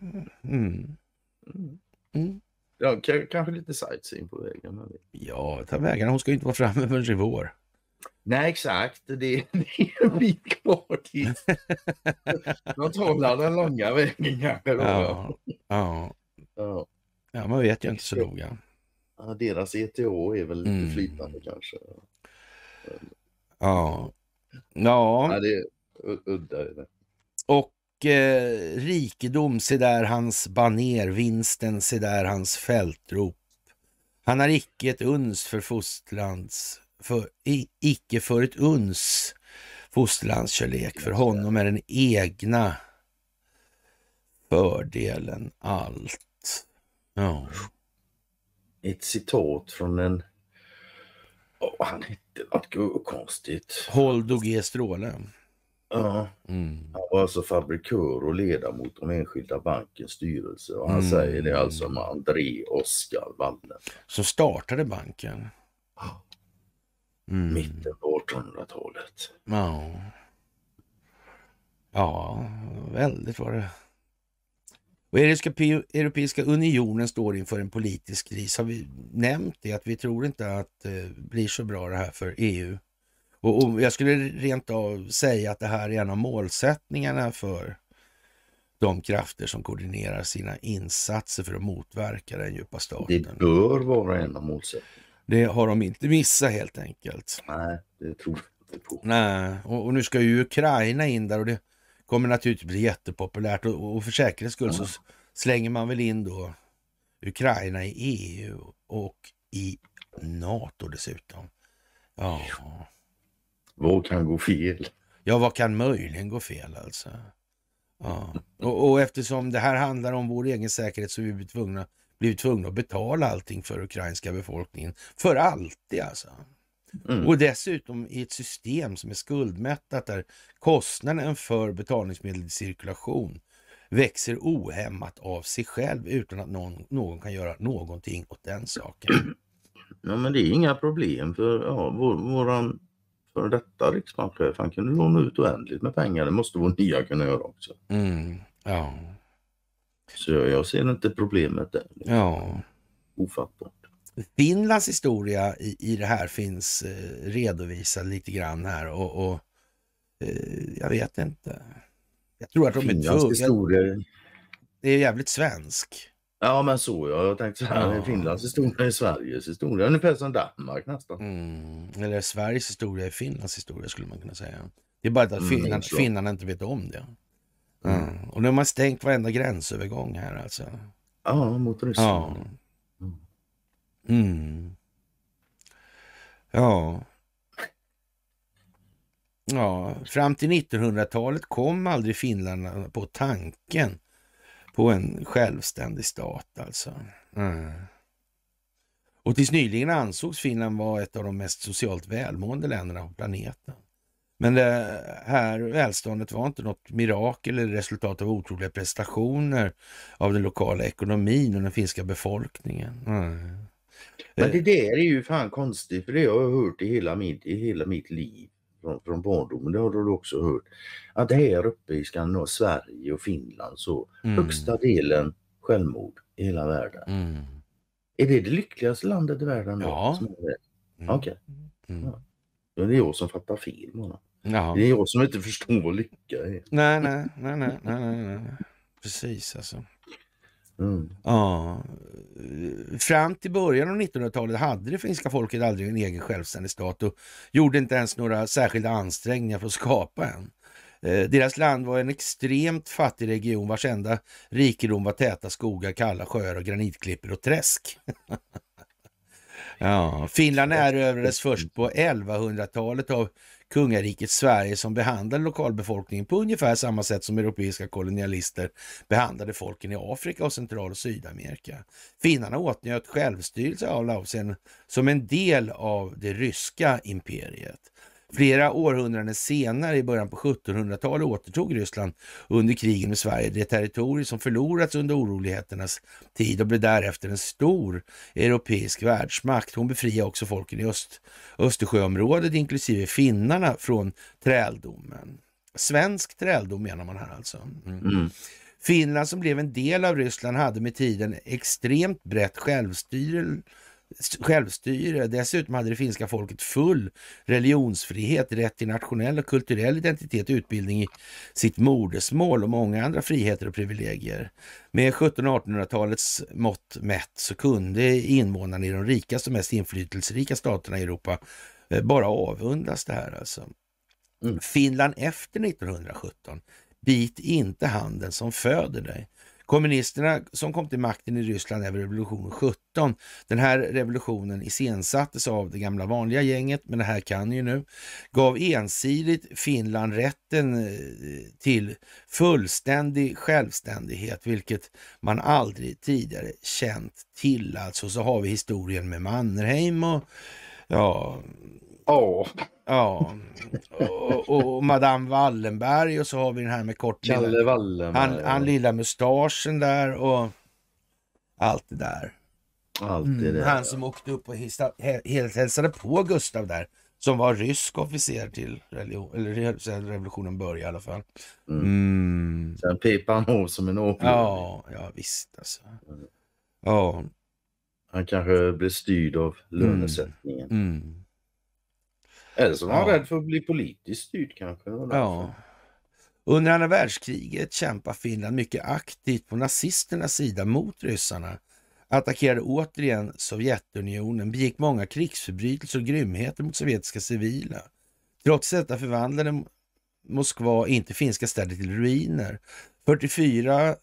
ja, kanske lite sightseeing på vägen. Ja, ta vägarna. Hon ska ju inte vara framme förrän i vår. Nej, exakt. Det är en bit kvar dit. De talar den långa vägen kanske. Ja, man vet ju inte så noga. Ja, deras ETO är väl lite flytande kanske. Ja, det är udda. Och rikedom, se där hans baner, vinsten, se där hans fältrop. Han har icke ett uns för icke för ett uns fosterlandskärlek. För honom är den egna fördelen allt. Ja. Ett citat från en... han hette något konstigt. Holdo G. Stråle. Ja. Han var alltså fabrikör och ledamot av enskilda bankens styrelse. Och han säger det alltså med André Oskar Wallen. Som startade banken. Mitten på 1800-talet. Ja, väldigt var det. Och Europeiska unionen står inför en politisk kris. Har vi nämnt det? Att vi tror inte att det blir så bra det här för EU. Och jag skulle rent av säga att det här är en av målsättningarna för de krafter som koordinerar sina insatser för att motverka den djupa staten. Det bör vara en av målsättningarna. Det har de inte missat helt enkelt. Nej, det tror jag inte på. Nej, och nu ska ju Ukraina in där och det kommer naturligtvis bli jättepopulärt. Och för säkerhets skull så slänger man väl in då Ukraina i EU och i NATO dessutom. Ja. Vad kan gå fel? Ja, vad kan möjligen gå fel alltså? Ja. Och eftersom det här handlar om vår egen säkerhet så är vi blivit tvungna att betala allting för ukrainska befolkningen. För alltid alltså. Och dessutom i ett system som är skuldmättat där kostnaden för betalningsmedel i cirkulation växer ohämmat av sig själv utan att någon kan göra någonting åt den saken. Ja, men det är inga problem för våran för detta riksbankschef, han kunde låna ut oändligt med pengar. Det måste vår nya kunna göra också. Ja. Så jag ser inte problemet där. Ja. Ofattbart. Finlands historia i det här finns redovisad lite grann här och jag vet inte. Jag tror att de Finlands historia... Det är jävligt svensk. Ja, men så jag tänkte så här, Finlands historia är Sveriges historia, ungefär som Danmark nästan. Eller Sveriges historia är Finlands historia skulle man kunna säga. Det är bara att finnarna inte vet om det. Och nu har man stängt varenda gränsövergång här alltså. Ja, mot Ryssland. Ja. Ja, fram till 1900-talet kom aldrig Finland på tanken på en självständig stat alltså. Och tills nyligen ansågs Finland vara ett av de mest socialt välmående länderna på planeten. Men det här välståndet var inte något mirakel eller resultat av otroliga prestationer av den lokala ekonomin och den finska befolkningen. Men det där är ju fan konstigt, för det har jag hört i hela mitt liv från barndomen. Det har du också hört. Att här uppe i Skandinavien, Sverige och Finland, så högsta delen självmord i hela världen. Är det lyckligaste landet i världen då? Ja. Okej. Ja. Det är jag som fattar fel. Ja. Det är jag som inte förstår vad lycka är. Nej. Precis alltså. Ja. Fram till början av 1900-talet hade det finska folket aldrig en egen självständig stat och gjorde inte ens några särskilda ansträngningar för att skapa en. Deras land var en extremt fattig region vars enda rikedom var täta skogar, kalla sjöar och granitklippor och träsk. Ja, Finland erövrades först på 1100-talet av kungariket Sverige som behandlade lokalbefolkningen på ungefär samma sätt som europeiska kolonialister behandlade folken i Afrika och Central- och Sydamerika. Finnarna åtnjöt självstyrelse av Laosien som en del av det ryska imperiet. Flera århundraden senare, i början på 1700-talet, återtog Ryssland under krigen med Sverige det territorium som förlorats under oroligheternas tid och blev därefter en stor europeisk världsmakt. Hon befriade också folken i Östersjöområdet, inklusive finnarna, från träldomen. Svensk träldom menar man här alltså. Finland, som blev en del av Ryssland, hade med tiden extremt brett självstyre. Dessutom hade det finska folket full religionsfrihet, rätt till nationell och kulturell identitet, utbildning i sitt modersmål och många andra friheter och privilegier. Med 1700-1800-talets mått mätt så kunde invånarna i de rikaste och mest inflytelserika staterna i Europa bara avundas det här alltså. Finland efter 1917, bit inte handen som föder dig. Kommunisterna som kom till makten i Ryssland över revolution 17. Den här revolutionen iscensattes av det gamla vanliga gänget, men det här kan ju nu, gav ensidigt Finland rätten till fullständig självständighet, vilket man aldrig tidigare känt till. Alltså så har vi historien med Mannerheim och och Madame Wallenberg, och så har vi den här med Kalle Wallenberg. Han lilla mustaschen där och allt det där. Han som åkte upp och hälsade på Gustav där, som var rysk officer till revolutionen började i alla fall. Sen pep han av som en åklagare. Ja visst alltså. Ja. Han kanske blev styrd av lönesättningen. Eller så var han rädd för att bli politiskt styrd kanske. Under andra världskriget kämpade Finland mycket aktivt på nazisternas sida mot ryssarna. Attackerade återigen Sovjetunionen, begick många krigsförbrytelser och grymheter mot sovjetiska civila. Trots detta förvandlade Moskva inte finska städer till ruiner. 44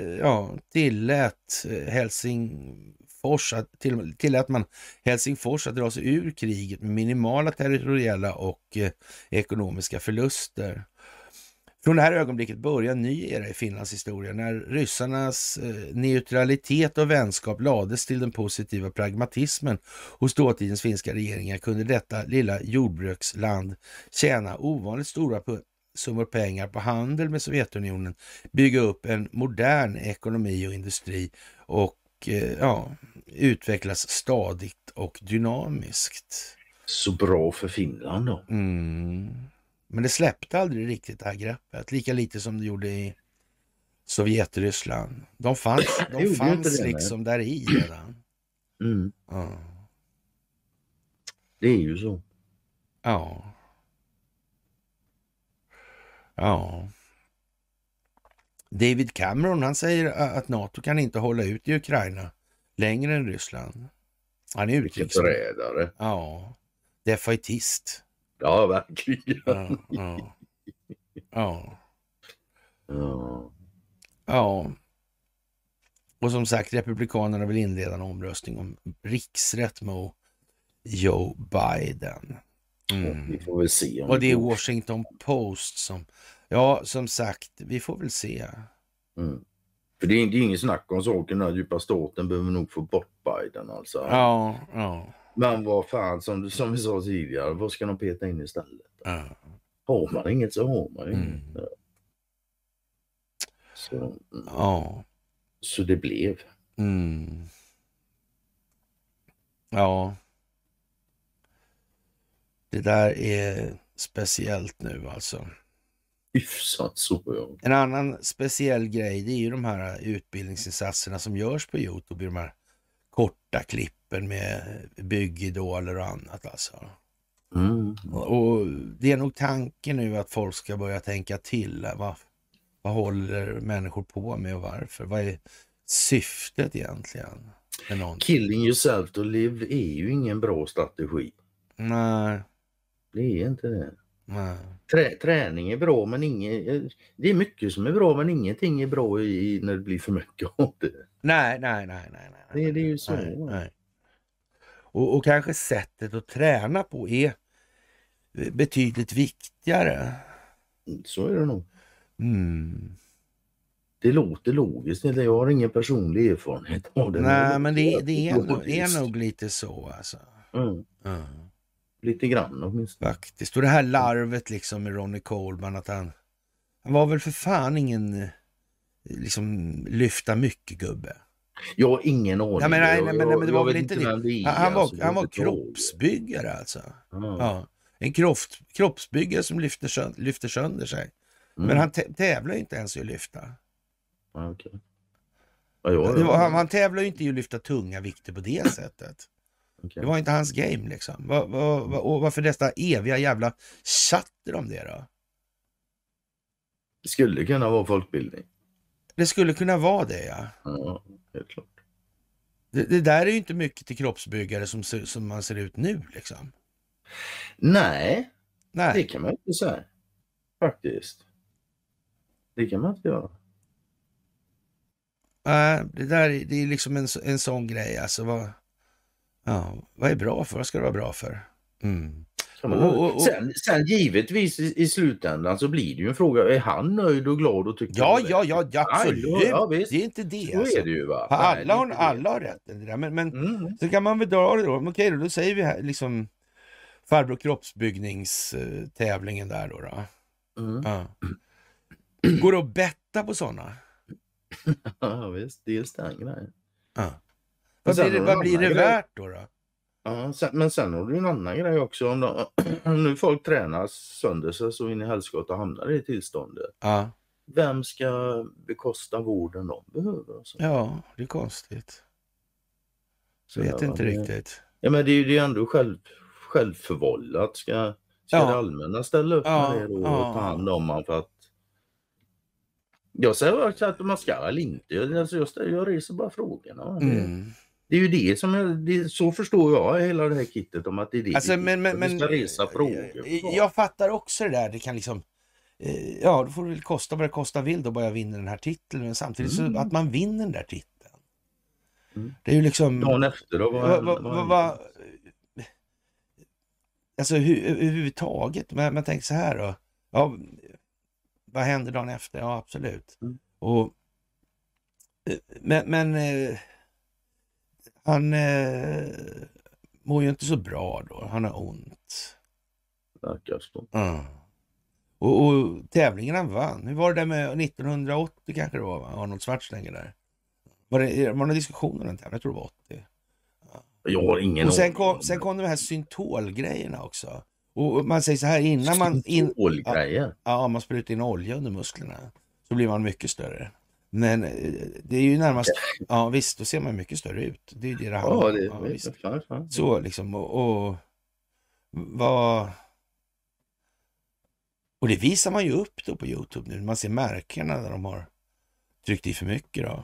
tillät man Helsingfors att dra sig ur kriget med minimala territoriella och ekonomiska förluster. Från det här ögonblicket börjar en ny era i Finlands historia, när ryssarnas neutralitet och vänskap lades till den positiva pragmatismen hos dåtidens finska regeringar. Kunde detta lilla jordbruksland tjäna ovanligt stora summor pengar på handel med Sovjetunionen, bygga upp en modern ekonomi och industri och utvecklas stadigt och dynamiskt. Så bra för Finland då. Men det släppte aldrig riktigt det här greppet, lika lite som det gjorde i Sovjetryssland. De fanns liksom där i redan. Det är ju så. Ja. David Cameron, han säger att NATO kan inte hålla ut i Ukraina längre än Ryssland. Han är utrikesledare. Defaitist. Ja, verkligen. Och som sagt, republikanerna vill inleda en omröstning om riksrätt mot Joe Biden. Vi får väl se. Och det är Washington Post som, ja, som sagt, vi får väl se. För det är ingen snack om saken, den djupa staten behöver nog få bort Biden alltså. Ja. Men vad fan, som vi sa tidigare, vad ska de peta in istället? Har man inget så har man inget. Så det blev. Ja. Det där är speciellt nu alltså. Hyfsat så, ja. En annan speciell grej, det är ju de här utbildningsinsatserna som görs på YouTube, de här korta klippen med byggidoler och annat alltså. Och det är nog tanken nu att folk ska börja tänka till. Vad håller människor på med och varför? Vad är syftet egentligen? Killing yourself to live är ju ingen bra strategi. Nej. Det är inte det. Nej. Träning är bra, men det är mycket som är bra, men ingenting är bra när det blir för mycket av det. Nej. Det är ju så. Nej. Och kanske sättet att träna på är betydligt viktigare. Så är det nog. Det låter logiskt. Jag har ingen personlig erfarenhet av det. Nej, men det är nog lite så alltså. Lite grann åtminstone. Faktiskt. Och det här larvet liksom med Ronnie Coleman, att han var väl för fan ingen liksom lyfta mycket gubbe. Jag har ingen aning. Ja, men det var väl inte det. Han var kroppsbyggare alltså. Ja. En kroppsbyggare som lyfter sönder sig. Men han tävlar ju inte ens i att lyfta. Okay. Han tävlar ju inte i att lyfta tunga vikter på det sättet. Okay. Det var inte hans game liksom. Och varför dessa eviga jävla chatter om det då? Det skulle kunna vara folkbildning. Det skulle kunna vara det, ja. Ja, helt klart. Det där är ju inte mycket till kroppsbyggare som man ser ut nu liksom. Nej, det kan man inte säga. Faktiskt. Det kan man inte göra. Det är liksom en sån grej. Alltså, vad är bra för? Vad ska det vara bra för? Sen givetvis i slutändan så blir det ju en fråga. Är han nöjd och glad och tycker Ja, absolut. Ja, det är inte det. Så alltså. är det ju, va? Alla har rätt. Det där. Men så kan man väl dra det då. Okej, då säger vi här liksom farbror kroppsbyggningstävlingen där då. Går det att betta på sådana? Ja, visst. Dels den grejen. Vad blir det värt då? Ja, men sen har du en annan grej också. Om nu folk tränar sönder sig så in i helskott och hamnar i tillståndet. Vem ska bekosta vården de behöver? Alltså? Ja, det är konstigt. Så vet inte riktigt. Ja, men det är ju ändå självförvållat. Ska det allmänna ställa upp med det och ta hand om man för att... Jag säger också att man ska eller inte. Alltså jag reser bara frågorna. Det är ju det som så förstår jag hela det här kittet om att det är det. Alltså, men vi ska resa frågor. Jag fattar också det där. Det kan liksom... då får det väl kosta vad det kosta vill då bara jag vinner den här titeln. Men samtidigt så att man vinner den där titeln. Det är ju liksom... Dagen efter då? Alltså överhuvudtaget. Man tänker så här då. Ja, vad händer dagen efter? Ja, absolut. Och, men han mår ju inte så bra då. Han har ont. Och tävlingen han vann. Hur var det där med 1980 kanske det var? Arnold Schwarzenegger där. Var det några diskussioner om den tävlingen? Jag tror det var 80. Jag har ingen och sen kom de här syntolgrejerna också. Och man säger så här innan man... man sprutar in olja under musklerna. Så blir man mycket större. Men det är ju närmast... Ja visst, då ser man mycket större ut. Det är ju det handlar om. Så liksom. Och det visar man ju upp då på YouTube nu. Man ser märkena där de har tryckt i för mycket då.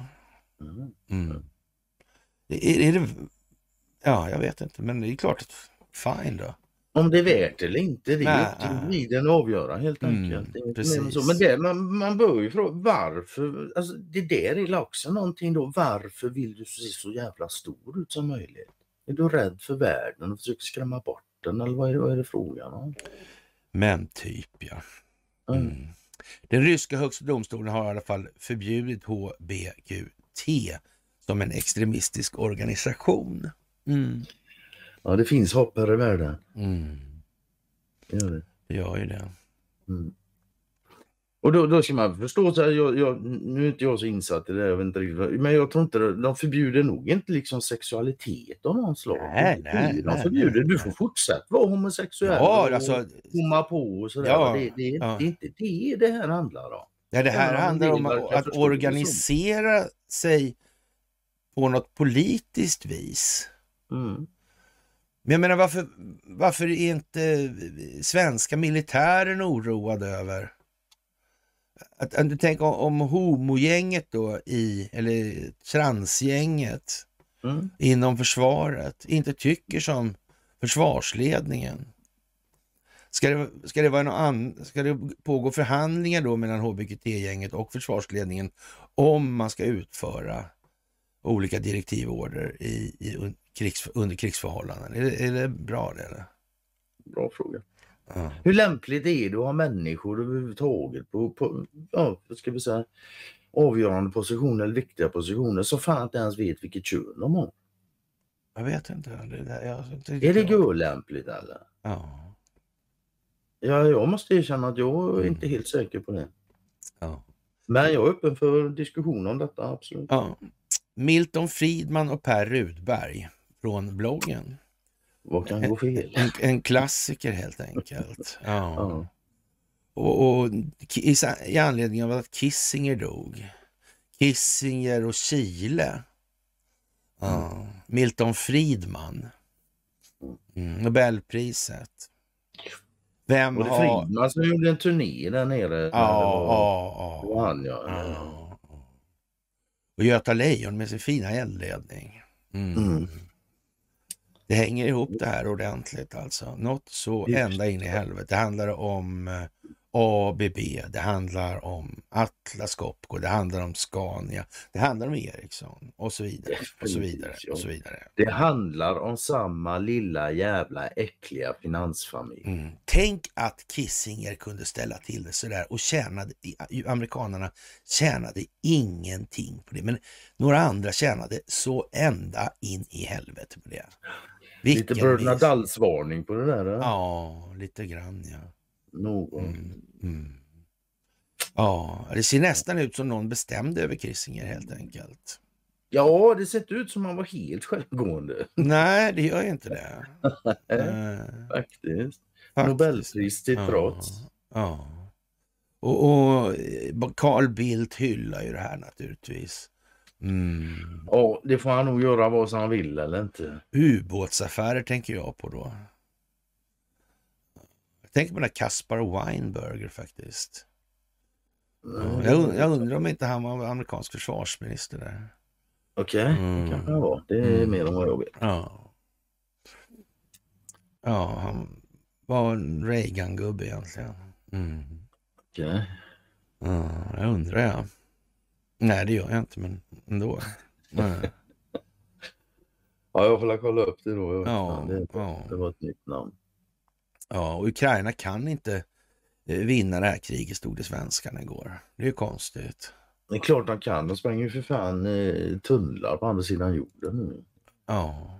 Är det... Ja, jag vet inte. Men det är klart att fine då. Om det är värt eller inte, det är tiden avgöra helt enkelt. Men man bör ju fråga varför, alltså det där är också någonting då, varför vill du se så jävla stor ut som möjligt? Är du rädd för världen och försöker skrämma bort sporten eller vad är det frågan om? Men typ ja. Mm. Den ryska högsta domstolen har i alla fall förbjudit HBQT som en extremistisk organisation. Ja, det finns hopp här i världen. Gör det. Det gör ju det. Och då ska man förstå så här, nu är inte jag så insatt i det, jag vet inte riktigt, men jag tror inte de förbjuder nog inte liksom sexualitet av någon slag. Nej, de förbjuder, du får fortsätta vara homosexuell och komma på och sådär. Ja, det är inte det här handlar om. Ja, det här handlar om att organisera sig på något politiskt vis. Men jag menar, varför är inte svenska militären oroad över att du tänker om homogänget då eller transgänget inom försvaret inte tycker som försvarsledningen? Ska det pågå förhandlingar då mellan HBQT-gänget och försvarsledningen om man ska utföra olika direktivorder under krigsförhållanden? Är det bra det eller? Bra fråga. Hur lämpligt är det att ha människor överhuvudtaget på vad ska vi säga, avgörande positioner eller viktiga positioner som fan inte ens vet vilket kön de har? Jag vet inte. Är det olämpligt eller? Ja. Ja, jag måste erkänna att jag är inte helt säker på det. Ja. Men jag är öppen för diskussion om detta, absolut. Ja. Milton Friedman och Per Rudberg från bloggen. Vad kan gå fel? En klassiker helt enkelt. Ja. Och i anledning av att Kissinger dog. Kissinger och Chile. Ja. Milton Friedman. Nobelpriset. Vem har... Friedman som gjorde en turné där nere. Ja. Och Göta Lejon med sin fina eldledning. Det hänger ihop det här ordentligt alltså. Något så ända in i helvete. Det handlar om ABB, det handlar om Atlas Copco, det handlar om Scania, det handlar om Ericsson och så vidare. Och så vidare, och så vidare. Det handlar om samma lilla jävla äckliga finansfamilj. Tänk att Kissinger kunde ställa till det sådär och amerikanerna tjänade ingenting på det. Men några andra tjänade så ända in i helvete på det. Lite Bernadalls-varning på det där. Ja, lite grann ja. Någon. Ja, det ser nästan ut som någon bestämde över Kissinger helt enkelt. Ja, det ser ut som han var helt självgående. Nej, det gör inte det. Faktiskt. Nobelpris till trots. Ja. Och Carl Bildt hyllar ju det här naturligtvis. Ja, det får han nog göra vad som han vill eller inte. Ubåtsaffärer tänker jag på då. Jag tänker på den där Caspar Weinberger faktiskt. Jag undrar om inte han var amerikansk försvarsminister där. Okej, det kan det vara. Det är mer än vad jag vet. Ja, han var en Reagan-gubbe egentligen. Okej. Ja, jag undrar ja. Nej, det gör jag inte, men ändå. Ja, jag får kolla upp det då. Det var ett nytt namn. Ja, och Ukraina kan inte vinna det här kriget, stod det svenskarna igår. Det är ju konstigt. Det är klart de kan. De spränger ju för fan tunnlar på andra sidan jorden nu. Ja.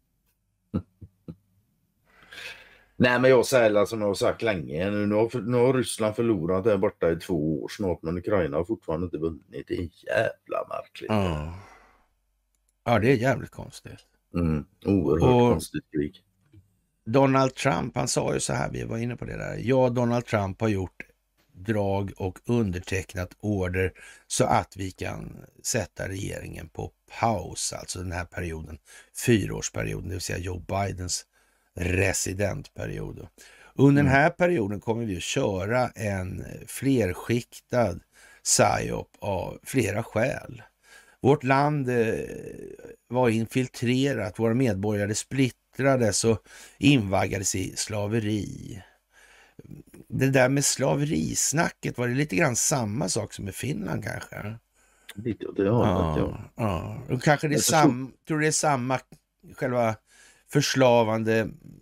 Nej, men jag säger som jag har sagt länge. Nu har Ryssland förlorat där borta i 2 år snart, men Ukraina har fortfarande inte vunnit. Det är jävla märkligt. Ja, det är jävligt konstigt. Oerhört konstigt krig. Donald Trump, han sa ju så här, vi var inne på det där. Ja, Donald Trump har gjort drag och undertecknat order så att vi kan sätta regeringen på paus, alltså den här perioden, 4-årsperioden, det vill säga Joe Bidens residentperiod. Under den här perioden kommer vi att köra en flerskiktad psyop av flera skäl. Vårt land var infiltrerat, våra medborgare splittrades och invaggades i slaveri. Det där med slaverisnacket, var det lite grann samma sak som i Finland kanske? Lite åt det hållet, ja. Och kanske det är tror det är samma själva förslavande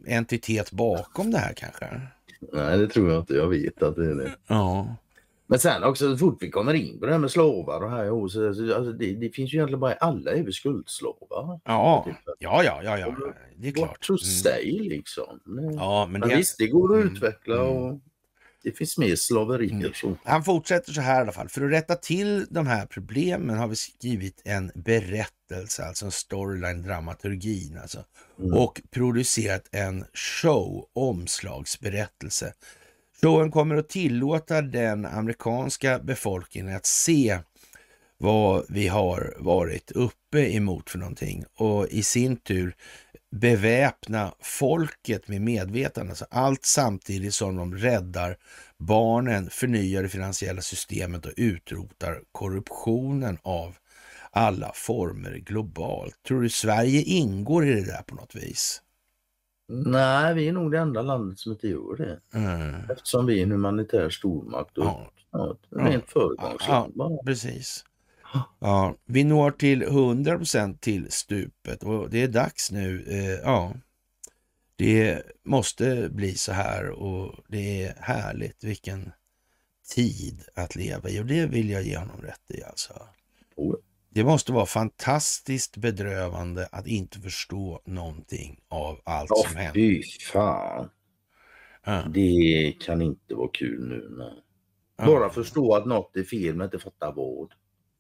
entitet bakom det här kanske? Nej, det tror jag inte. Jag vet att det är det. Ja. Men sen också så fort vi kommer in på det här med slavar och här alltså det finns ju egentligen bara alla är väl skuldslavar. Ja, det är klart. What to say liksom. Ja, men visst, det går att utveckla och det finns mer slaverier. Han fortsätter så här i alla fall. För att rätta till de här problemen har vi skrivit en berättelse, alltså en storyline, dramaturgin alltså. Och producerat en show, omslagsberättelse. Showen kommer att tillåta den amerikanska befolkningen att se vad vi har varit uppe emot för någonting och i sin tur beväpna folket med medvetande. Alltså allt samtidigt som de räddar barnen, förnyar det finansiella systemet och utrotar korruptionen av alla former globalt. Tror du Sverige ingår i det där på något vis? Nej, vi är nog det enda landet som inte gör det. Eftersom vi är en humanitär stormakt och rent föregångsland. Ja, precis. Ja, vi når till 100% till stupet och det är dags nu. Det måste bli så här och det är härligt. Vilken tid att leva i och det vill jag ge honom rätt i alltså. Det måste vara fantastiskt bedrövande att inte förstå någonting av allt som händer. Fy fan. Det kan inte vara kul nu. Nej. Bara förstå att något är fel men inte fatta vad.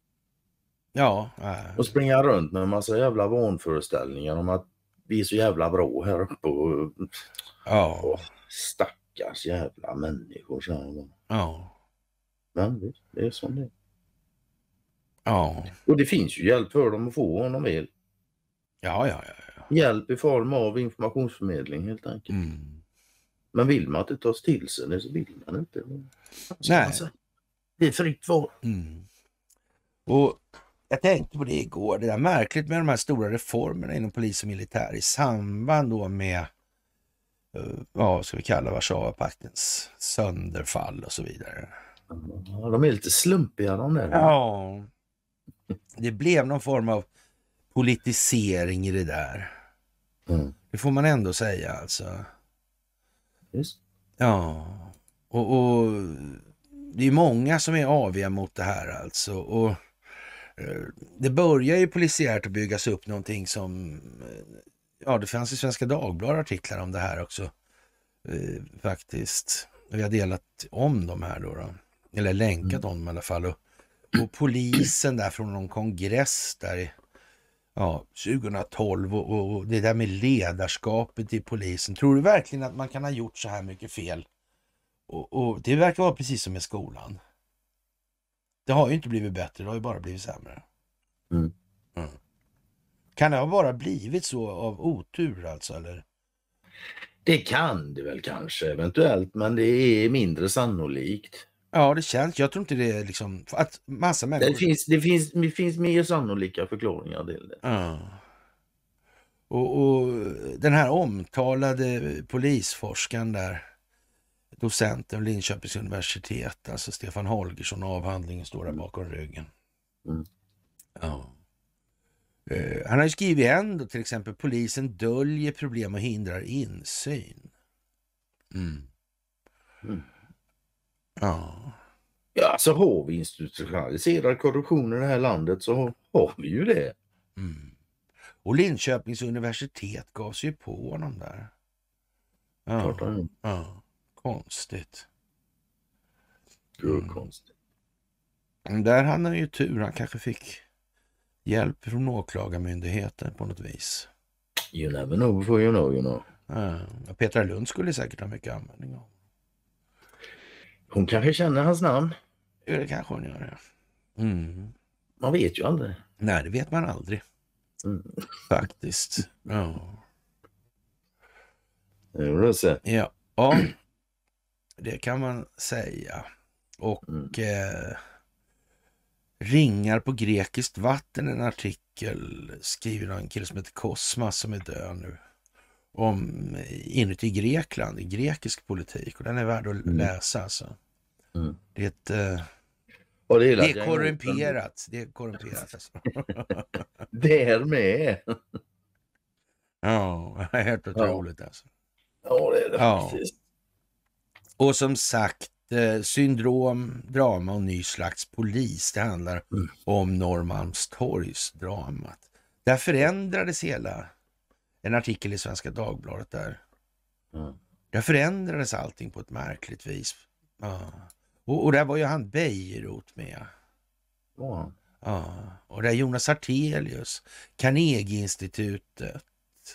Och springa runt med en massa jävla vanföreställningar om att vi är så jävla bra här uppe och stackars jävla människor. Så. Men det är som det. Och det finns ju hjälp för dem att få om de vill. Hjälp i form av informationsförmedling helt enkelt. Men vill man inte ta till sig det så vill man inte. Nej. Det är fritt val. Och jag tänkte på det igår, det där märkligt med de här stora reformerna inom polis och militär i samband då med vad ska vi kalla Warszawapaktens sönderfall och så vidare. Ja, de är lite slumpiga de där. Ja, det blev någon form av politisering i det där. Det får man ändå säga alltså. Just. Ja, och det är många som är aviga mot det här alltså och det börjar ju polisiärt att byggas upp någonting som, det fanns i Svenska Dagbladet artiklar om det här också faktiskt. Vi har delat om de här då. Eller länkat om dem i alla fall. Och polisen där från någon kongress där 2012 och det där med ledarskapet i polisen. Tror du verkligen att man kan ha gjort så här mycket fel? Och det verkar vara precis som i skolan. Det har ju inte blivit bättre, det har ju bara blivit sämre. Kan det ha bara blivit så av otur alltså, eller? Det kan det väl kanske eventuellt, men det är mindre sannolikt. Ja, det känns. Jag tror inte det är liksom att massa människor... Det finns mer sannolika förklaringar till det. Och den här omtalade polisforskaren där, docenten vid Linköpings universitet, alltså Stefan Holgersson, avhandlingen står där bakom ryggen. Han har ju skrivit ändå till exempel polisen döljer problem och hindrar insyn. Ja, så har vi institutionaliserad korruption i det här landet så har vi ju det. Och Linköpings universitet gav sig på honom där. Konstigt. Konstigt. Där hade han ju tur. Han kanske fick hjälp från åklagarmyndigheten på något vis. You never know before you know. Petra Lund skulle säkert ha mycket användning av. Hon kanske känner hans namn. Ja, det kanske hon gör. Man vet ju aldrig. Nej, det vet man aldrig. Faktiskt. Ja, det kan man säga. Och ringar på grekiskt vatten, en artikel skriven av en kille som heter Kosmas som är död nu. Om inuti Grekland, i grekisk politik. Och den är värd att läsa alltså. Det är korrumperat. Det är korrumperat alltså. Där med. Ja, helt otroligt alltså. Ja, det är det faktiskt. Och som sagt, syndrom, drama och ny slags polis. Det handlar om Norrmalmstorgsdramat. Där förändrades hela, en artikel i Svenska Dagbladet där. Där förändrades allting på ett märkligt vis. Och där var ju han Bejerot med. Och där Jonas Artelius, Carnegie-institutet.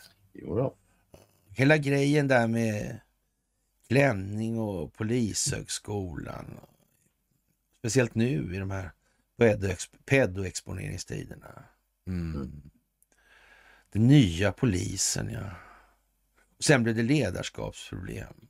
Hela grejen där med klänning och polishögskolan. Speciellt nu i de här pedoexponeringstiderna. Den nya polisen, ja. Och sen blev det ledarskapsproblem.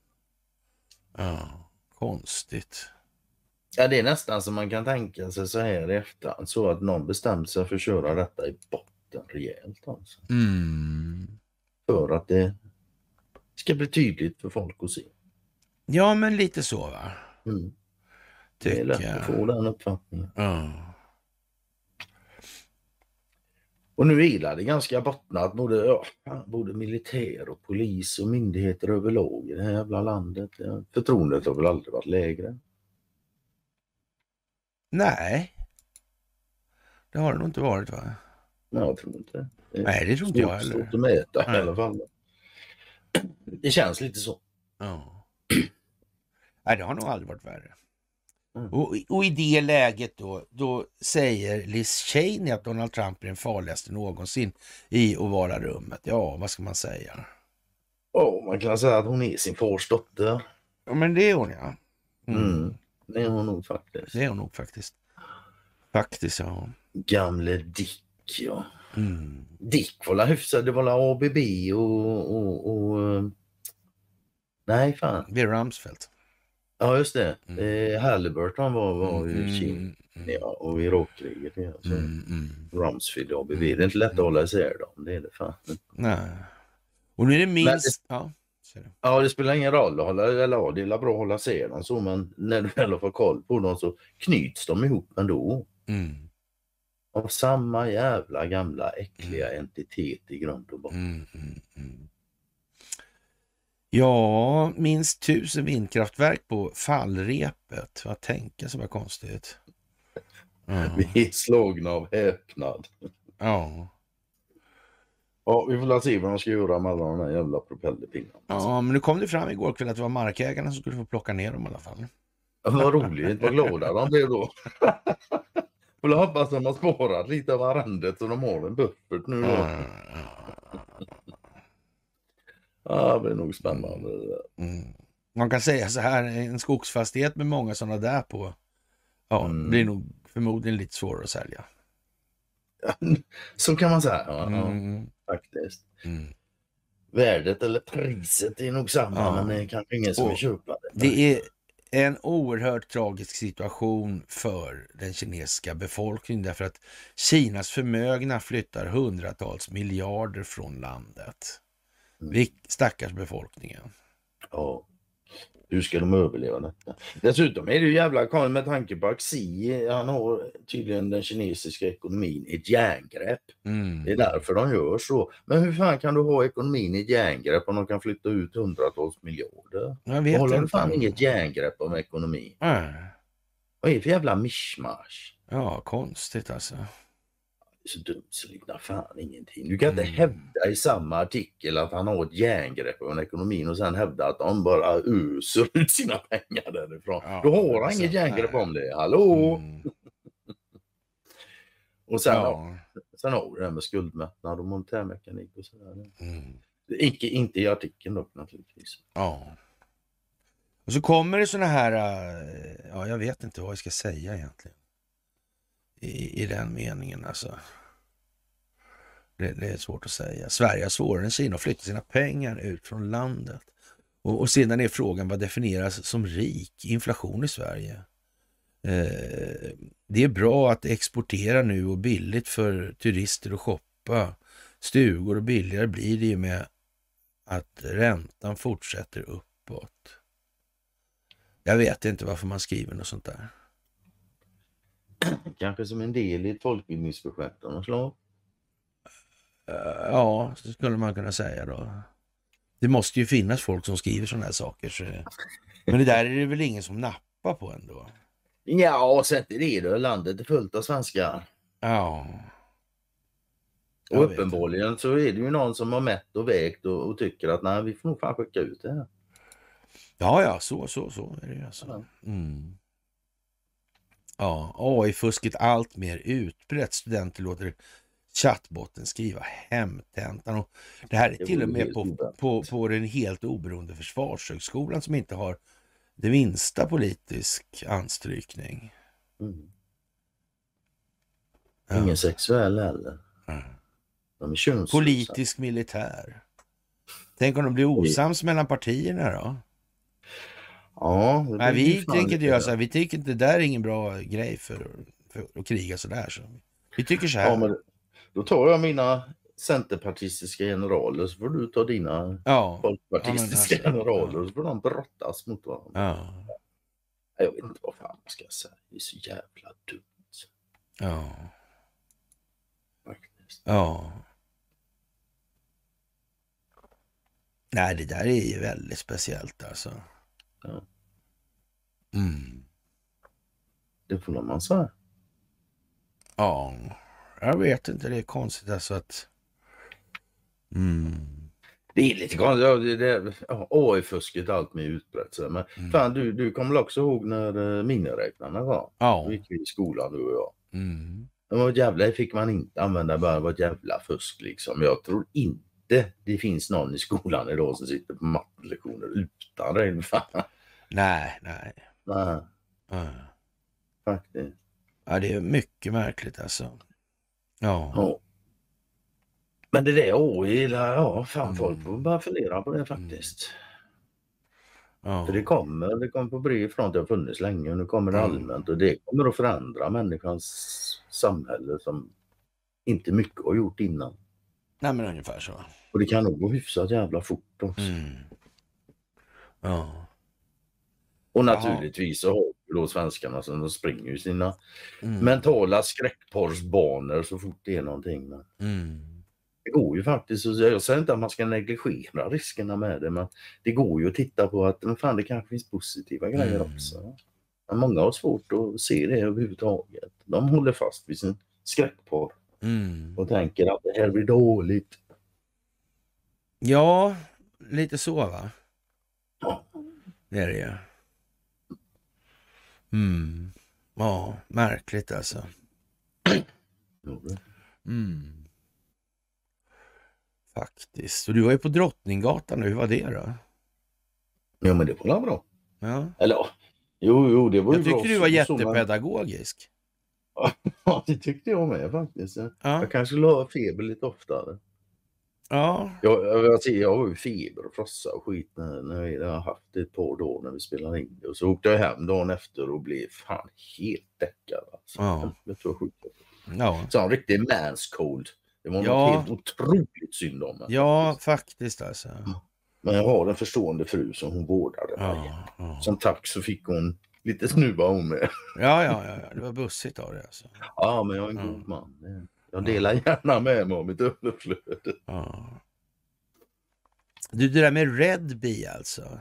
Konstigt. Ja, det är nästan som man kan tänka sig så här i efterhand. Så att någon bestämt sig för att köra detta i botten rejält. Alltså. För att det ska bli tydligt för folk att se. Ja, men lite så, va? Det är lätt att få den uppfattningen. Och nu är det ganska bottnat både militär och polis och myndigheter överlag i det här jävla landet. Förtroendet har väl aldrig varit lägre. Nej. Det har det nog inte varit, va? Nej, jag tror inte. Nej, det tror inte jag heller. Svårt att mäta i alla fall. Det känns lite så. Nej, det har nog aldrig varit värre. Och i det läget då säger Liz Cheney att Donald Trump är den farligaste någonsin i Ovala rummet. Ja, vad ska man säga? Man kan säga att hon är sin fars dotter. Ja, men det är hon, ja. Det är hon nog faktiskt. Det är hon nog faktiskt. Faktiskt, ja. Gamle Dick, ja. Dick var hyfsad. Det var ABB och nej, fan. Det är Rumsfeld. Ja, just det. Halliburton var ju Kina och Irakkriget. Rumsfeld och ABB. Det är inte lätt att hålla isär dem. Det är det fan. Nej. Och nu är det minst... Ja, det spelar ingen roll att hålla, eller det är bra att hålla isär dem så, men när du väl får koll på dem så knyts de ihop ändå. Av samma jävla gamla äckliga entitet i grund och botten. Ja, minst 1000 vindkraftverk på fallrepet. Vad tänker så var konstigt. Vi är slagna av häpnad. Ja, vi får se vad de ska göra med alla de här jävla propellerpinnarna. Ja, men nu kom det fram igår kväll att det var markägarna som skulle få plocka ner dem i alla fall. Ja, vad roligt, vad glada de blev då. Får hoppas att de har sparat lite av arrendet så de har en buffert nu då. Ja, det blir nog spännande. Man kan säga så här, en skogsfastighet med många sådana där på blir nog förmodligen lite svårare att sälja. Så kan man säga, faktiskt. Värdet eller priset är nog samma, men det är kanske ingen som vill köpa det. Det är en oerhört tragisk situation för den kinesiska befolkningen därför att Kinas förmögna flyttar hundratals miljarder från landet. Stackars befolkningen. Ja. Hur ska de överleva detta? Dessutom är det ju jävla konstigt med tanke på att Xi, han har tydligen den kinesiska ekonomin i ett järngrepp. Det är därför de gör så. Men hur fan kan du ha ekonomin i ett järngrepp om de kan flytta ut hundratals miljarder? Jag vet håller inte. Fan inget järngrepp om ekonomi. Vad är det för jävla mischmasch? Ja, konstigt alltså. Så dumt så liknar fan ingenting. Du kan inte hävda i samma artikel att han har ett järngrepp om ekonomin och sen hävda att de bara öser ut sina pengar därifrån. Då har han inget järngrepp om det. Hallå! Och sen har vi det här med skuldmättnad och monetärmekanik och sådär. Inte i artikeln dock naturligtvis. Ja. Och så kommer det såna här, jag vet inte vad jag ska säga egentligen. I den meningen alltså. Det är svårt att säga. Sverige har svårare än Kina att flytta sina pengar ut från landet. Och sedan är frågan vad definieras som rik inflation i Sverige. Det är bra att exportera nu och billigt för turister att shoppa. Stugor och billigare blir det ju med att räntan fortsätter uppåt. Jag vet inte varför man skriver något sånt där. Kanske som en del i ett folkbildningsprojekt av något slag. Ja, så skulle man kunna säga då. Det måste ju finnas folk som skriver sådana här saker. Så... Men det där är det väl ingen som nappar på ändå? Ja, sätt i det. Landet är fullt av svenskar. Ja. Och uppenbarligen så är det ju någon som har mätt och vägt och tycker att nej, vi får nog fan skicka ut det här. Ja, så är det ju alltså. Mm. Ja, AI-fusket allt mer utbrett. Studenter låter chattbotten skriva hemtentan. Och det här är till och med på den helt oberoende försvarshögskolan som inte har det minsta politisk anstrykning. Mm. Ingen sexuell heller. De är könslösa. Politisk militär. Tänk om de blir osams mellan partierna då? Ja, nej, vi tänker inte göra så här. Vi tycker inte det där är ingen bra grej för att kriga så där. Så. Vi tycker så här. Ja, men då tar jag mina centerpartistiska generaler så får du ta dina folkpartistiska generaler och så får de brottas mot varandra. Ja. Jag vet inte vad fan man ska säga. Det är så jävla dumt. Ja. Faktiskt. Ja. Nej, det där är ju väldigt speciellt alltså. Ja. Mm. Det får man säga. Ja, jag vet inte. Det är konstigt alltså att... Det är lite konstigt. AI-fusket allt med utbrett. Men fan, du kommer väl också ihåg när miniräknarna var? Ja. Då gick vi i skolan, du och jag. Mm. Det var jävla, fick man inte använda, bara var ett jävla fusk liksom. Jag tror inte det finns någon i skolan idag som sitter på mattelektioner utan det. Nej. Faktiskt. Ja, det är mycket märkligt alltså. Ja. Men det där AI, fan folk får bara fundera på det faktiskt. För det kommer på bred front, det har funnits länge och nu kommer det allmänt och det kommer att förändra människans samhälle som inte mycket har gjort innan. Nej, men ungefär så. Och det kan nog gå hyfsat jävla fort också. Ja. Och naturligtvis så har då svenskarna som de springer ju sina mentala skräckporrsbanor så fort det är någonting. Men det går ju faktiskt, jag säger inte att man ska negligera riskerna med det, men det går ju att titta på att men fan, det kanske finns positiva grejer också. Men många har svårt att se det överhuvudtaget. De håller fast vid sin skräckporr och tänker att det här blir dåligt. Ja, lite så va? Ja. Det är det ju. Ja, märkligt alltså. Faktiskt. Och du var ju på Drottninggatan nu, hur var det då? Ja, men det var bra. Ja. Eller jo, det var ju bra. Jag tyckte du var jättepedagogisk. Ja, det tyckte jag med faktiskt. Ja. Jag kanske skulle ha feber lite oftare. Ja. Jag har ju feber och frossa och skit när jag har haft det ett par dagar när vi spelade in det. Och så åkte jag hem dagen efter och blev fan helt däckad. Alltså. Ja. Jag tror sjukt. Ja. Så en riktig man's cold. Det var något helt otroligt synd om. Ja, faktiskt alltså. Men jag har en förstående fru som hon vårdade mig. Ja. Som tack så fick hon lite snuva hon med. Ja. Det var bussigt av det alltså. Ja, men jag är en god man. Jag delar gärna med mig om mitt överflöd. Ja. Du, det där med Red Bee alltså.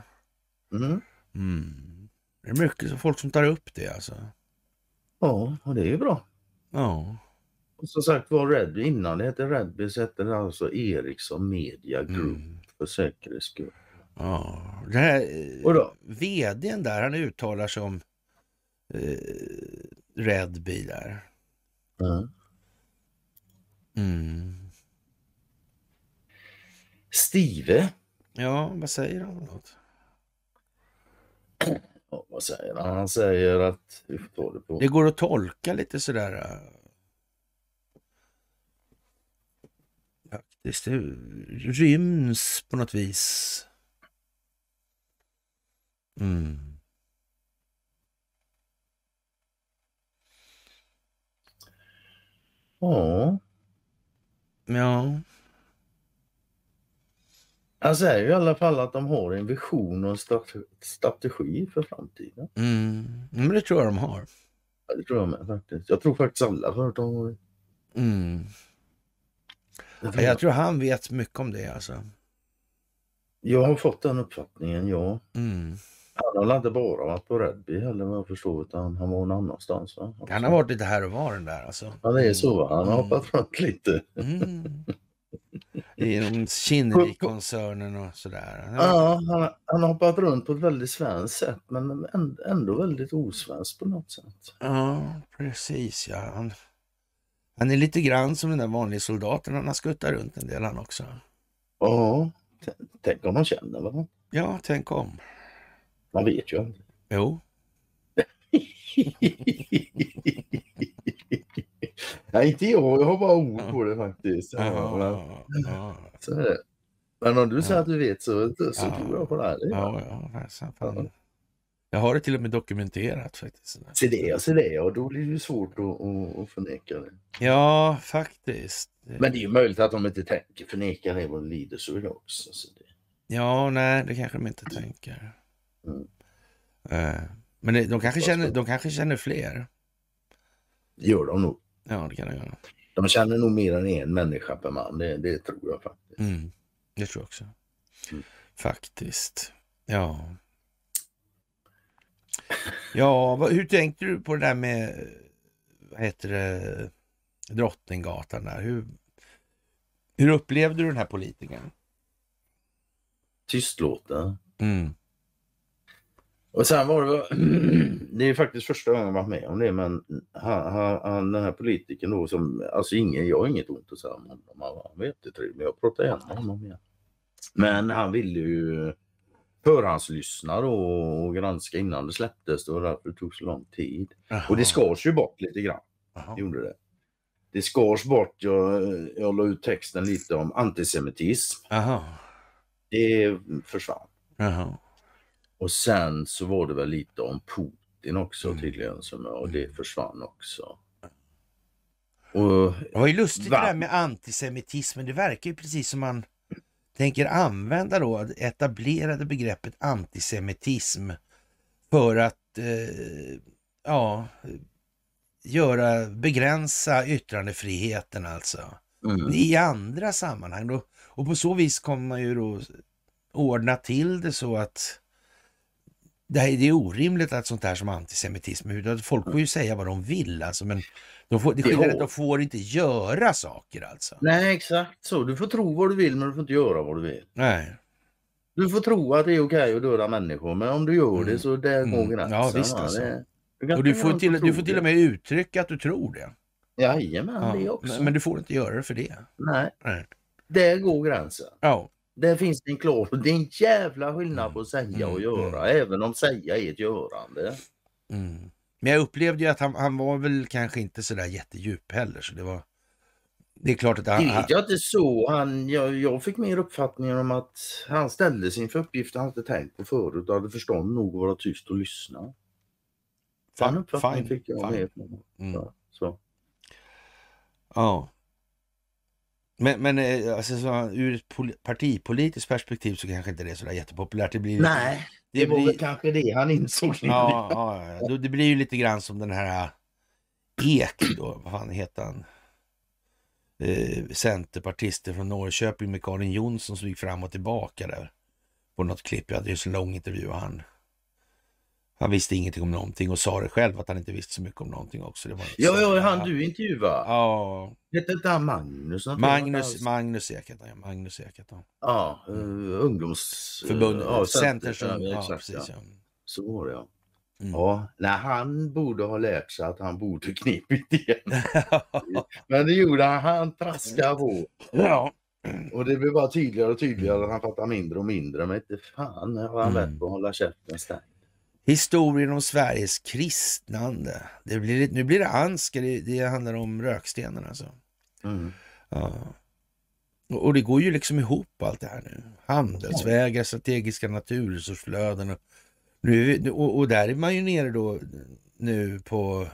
Det är mycket folk som tar upp det alltså. Ja, och det är ju bra. Ja. Och som sagt var Red, innan det hette Red Bee så hette det alltså Ericsson Media Group för säkerhets skull. Ja, det här vdn där, han uttalar sig om Red Bee där. Steve? Ja, vad säger han något? Ja, vad säger han? Han säger att det går att tolka lite sådär. Faktiskt, det ryms på något vis. Ja. Han säger ju i alla fall att de har en vision och en strategi för framtiden. Men det tror jag de har. Ja, det tror jag med faktiskt. Jag tror faktiskt alla företag har det. Jag tror han vet mycket om det alltså. Jag har fått den uppfattningen, ja. Han har inte bara varit på Redby heller vad jag förstår, utan han var någon annanstans. Va? Han har varit lite här och var den där alltså. Ja, det är så. Han har hoppat runt lite. Inom Kinnevik-koncernen och sådär. Ja, han har hoppat runt på ett väldigt svenskt sätt, men ändå väldigt osvenskt på något sätt. Ja, precis. Ja. Han är lite grann som den där vanliga soldaten. Han har skuttat runt en del han också. Ja, tänk om de känner va? Ja, tänk om. Man vet ju inte. Jo. Nej, inte jag har bara ord på det faktiskt. Så är det. Men om du säger att du vet så tror jag på det här. Fan. Jag har det till och med dokumenterat faktiskt. Se det, och då blir det ju svårt att förneka det. Ja, faktiskt. Men det är ju möjligt att de inte tänker förneka det vad det lider så vill också. Så det... Ja, nej, det kanske de inte tänker. Men de kanske känner fler. Gör de nog. Ja, det kan de göra. De känner nog mer än en människa per man, det tror jag faktiskt. Det tror jag också. Faktiskt. Ja. Ja, hur tänkte du på det där med, vad heter det, Drottninggatan där? Hur upplevde du den här politikern? Tystlåten. Och sen var det är faktiskt första gången jag varit med om det, men han den här politikern då som, alltså jag har inget ont att säga om honom, han var jättetrevlig, jag pratade gärna om honom igen. Men han ville ju förhandslyssna då och granska innan det släpptes, och därför det tog så lång tid. Aha. Och det skars ju bort lite grann. Gjorde det. Det skars bort, jag la ut texten lite om antisemitism. Aha. Det försvann. Aha. Och sen så var det väl lite om Putin också tydligen, och det försvann också. Och det var ju lustigt det där med antisemitismen. Det verkar ju precis som man tänker använda då etablerade begreppet antisemitism för att begränsa yttrandefriheten alltså. I andra sammanhang då, och på så vis kommer man ju då ordna till det så att det är orimligt att sånt här som antisemitism, folk får ju säga vad de vill alltså, men de får inte göra saker alltså. Nej, exakt så. Du får tro vad du vill, men du får inte göra vad du vill. Nej. Du får tro att det är okej att döda människor, men om du gör det så där går gränsen. Ja, visst alltså. Och du får till och med uttrycka att du tror det. Jajamän, det också. Men du får inte göra det för det. Nej. Där går gränsen. Ja. Där finns det en klar, det är en jävla skillnad på att säga och göra, även om säga är ett görande. Men jag upplevde ju att han var väl kanske inte så där jättedjup heller, så det är klart att det vet jag inte så. Jag fick mer uppfattningen om att han ställde sin för uppgift han inte tänkt på förut och hade förstånd nog att vara tyst och lyssna. Den uppfattningen fick jag med på. Så. Ja. Men alltså, så, ur ett partipolitiskt perspektiv så kanske inte det är så där jättepopulärt. Nej, det var väl kanske det han insåg. Det blir ju lite grann som den här Ek då, vad fan heter han? Centerpartister från Norrköping med Karin Jonsson som gick fram och tillbaka där på något klipp. Jag hade ju så lång intervju och han visste ingenting om någonting och sa det själv att han inte visste så mycket om någonting också. Det var han du intervjuade. Ja. Hette inte han Magnus? Magnus Ek. Ja, ungdomsförbundet. Centern. Ja, precis. Ja. Så var det, ja. Ja, han borde ha lärt sig att han borde knipit igen. Men det gjorde han traskade på. Ja. Och det blev bara tydligare och tydligare att han fattar mindre och mindre. Men inte fan har han rätt att hålla käften stängd. Historien om Sveriges kristnande. Nu blir det Ansker, det handlar om rökstenen alltså. Ja. Och det går ju liksom ihop allt det här nu. Handelsvägar, strategiska naturresursflöden och där är man ju nere då nu på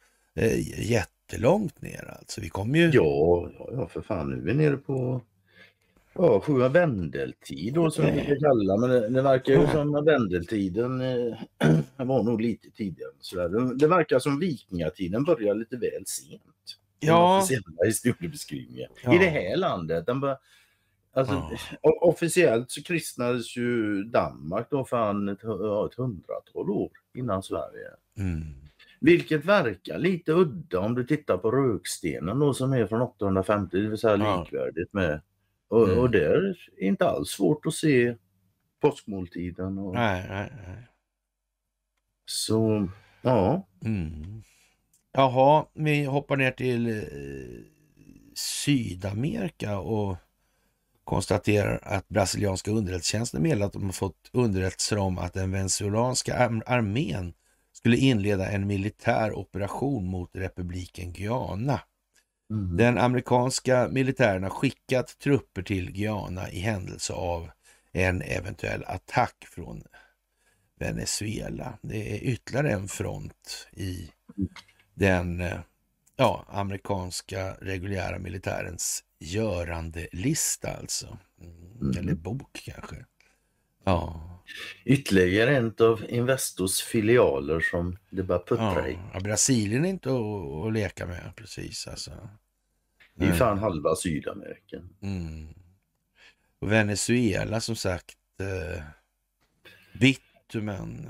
jättelångt ner alltså. Vi kommer ju... Ja, för fan, nu är vi nere på sjua vändeltid då som vi kan kalla, men det verkar ju som att vändeltiden var nog lite tidigare. Så det verkar som vikingatiden börjar lite väl sent. Ja. Officiella historiebeskrivningar. I det här landet. Alltså, officiellt så kristnades ju Danmark då för ett 100-tal år innan Sverige. Vilket verkar lite udda om du tittar på rökstenen då, som är från 850, det vill säga likvärdigt med. Och det är inte alls svårt att se påskmåltiden. Och... Nej. Så, ja. Jaha, vi hoppar ner till Sydamerika och konstaterar att brasilianska underrättelsetjänsten meddelar att de har fått underrättelser om att den venezuelanska armén skulle inleda en militär operation mot republiken Guyana. Den amerikanska militären har skickat trupper till Guyana i händelse av en eventuell attack från Venezuela. Det är ytterligare en front i den amerikanska reguljära militärens görande lista alltså. Eller bok kanske. Ja. Ytterligare en av Investors filialer som det bara puttrar i. Ja, Brasilien är inte att leka med precis alltså. Det är ju fan halva Sydamerika. Och Venezuela som sagt bitumen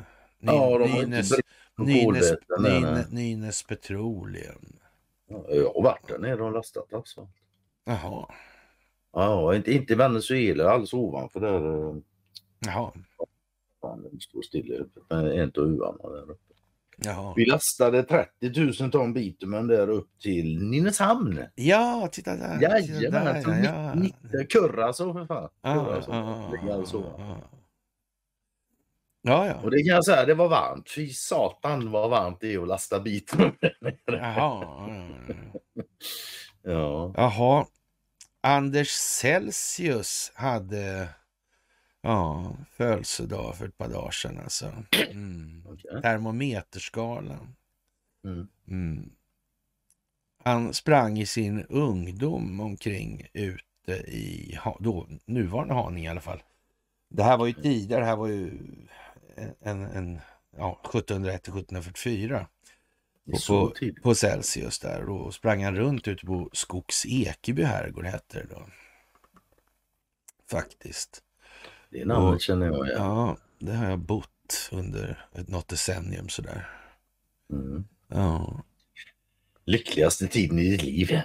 Nynäs Petroleum. Jag har varit där nere och lastat alltså. Jaha. Ja, inte Venezuela, alldeles ovanför där. Jaha. Den står stilla, en av uarna där uppe. Jaha. Vi lastade 30 000 ton bitumen där upp till Nynäshamn. Ja, titta där. Jajamän, kurra så för fan. Ja. Och det kan jag säga, det var varmt. Fy satan vad varmt det är att lasta bitumen. Jaha. Anders Celsius hade födelsedag för ett par dagar sedan alltså. Okay. Termometerskalan. Han sprang i sin ungdom omkring ute i nuvarande Haninge i alla fall. Det här var ju tidigare, det här var ju 1701-1744 på Celsius där. Då sprang han runt ute på Skogs Ekeby herrgård hette det då. Faktiskt. Det namnet känner jag igen. Ja, det har jag bott under något decennium sådär. Ja. Lyckligaste tiden i ditt liv.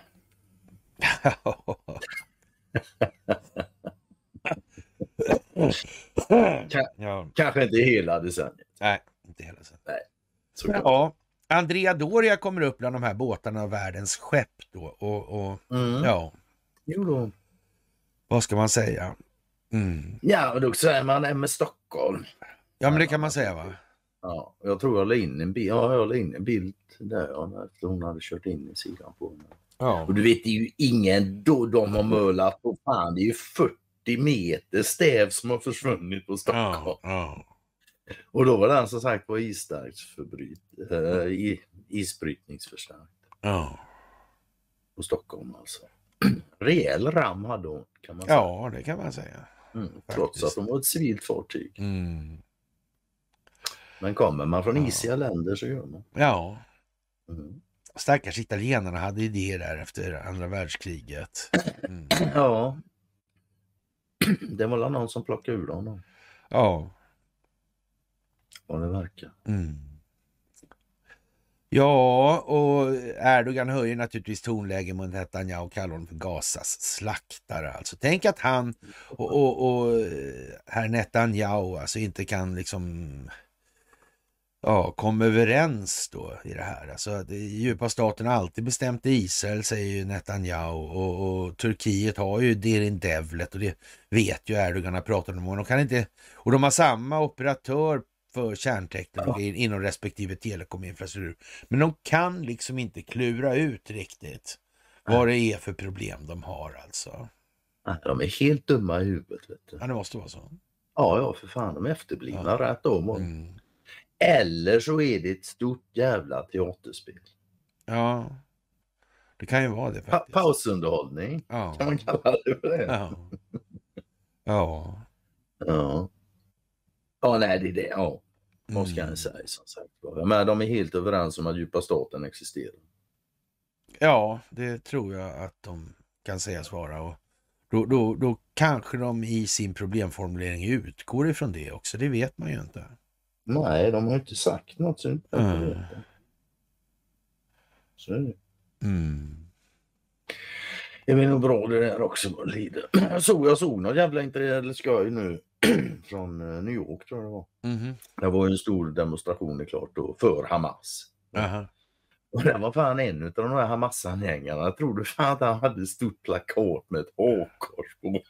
Kanske inte hela decenniet. Nej, inte hela decenniet. Ja, Andrea Doria kommer upp bland de här båtarna av världens skepp då. Jo då. Vad ska man säga? Ja, och då säger man med Stockholm. Ja, men det kan man säga va? Ja, jag tror jag la in en bild. Ja, jag la in en bild där efter hon hade kört in i sidan på henne. Ja. Och du vet, det är ju ingen då de har mölat på fan. Det är ju 40 meter stäv som har försvunnit på Stockholm. Ja. Och då var den som sagt var isbrytningsförstärkt. Ja. På Stockholm alltså. Rejäl ram hade hon, kan man säga. Ja, det kan man säga. Trots att de var ett civilt fartyg. Men kommer man från isiga länder så gör man. Ja. Stackars italienarna hade idéer där efter andra världskriget. Ja. Det var någon som plockade ur dem. Ja. Vad det verkar. Ja, och Erdogan höjer naturligtvis tonläge mot Netanyahu och kallar honom för Gazas slaktare. Alltså tänk att han och herr Netanyahu alltså inte kan liksom komma överens då i det här. Alltså det djupa staten har alltid bestämt Israel, säger ju Netanyahu, och Turkiet har ju Derin Devlet och det vet ju Erdogan har pratat om. Och de har samma operatör för kärnteknologi inom respektive telekominfrastruktur. Men de kan liksom inte klura ut riktigt vad det är för problem de har alltså. De är helt dumma i huvudet. Vet du. Ja, det måste vara så. Ja, för fan, de är efterblivna rätt om. Eller så är det ett stort jävla teaterspel. Ja, det kan ju vara det faktiskt. Pausunderhållning, kan man kalla det för det. Ja, nej, det är det. Ja, vad ska jag säga som sagt. Men de är helt överens om att djupa staten existerar. Ja, det tror jag att de kan sägas vara. Och Då kanske de i sin problemformulering utgår ifrån det också. Det vet man ju inte. Nej, de har inte sagt något. Så inte så är det. Det är nog bra det där också. Jag såg något jävla intressant skoj nu från New York tror jag det var. Det var ju en stor demonstration klart då för Hamas. Och det var fan en av de här Hamas-anhängarna. Jag tror du fan att han hade ett stort plakat med ett hakkors på.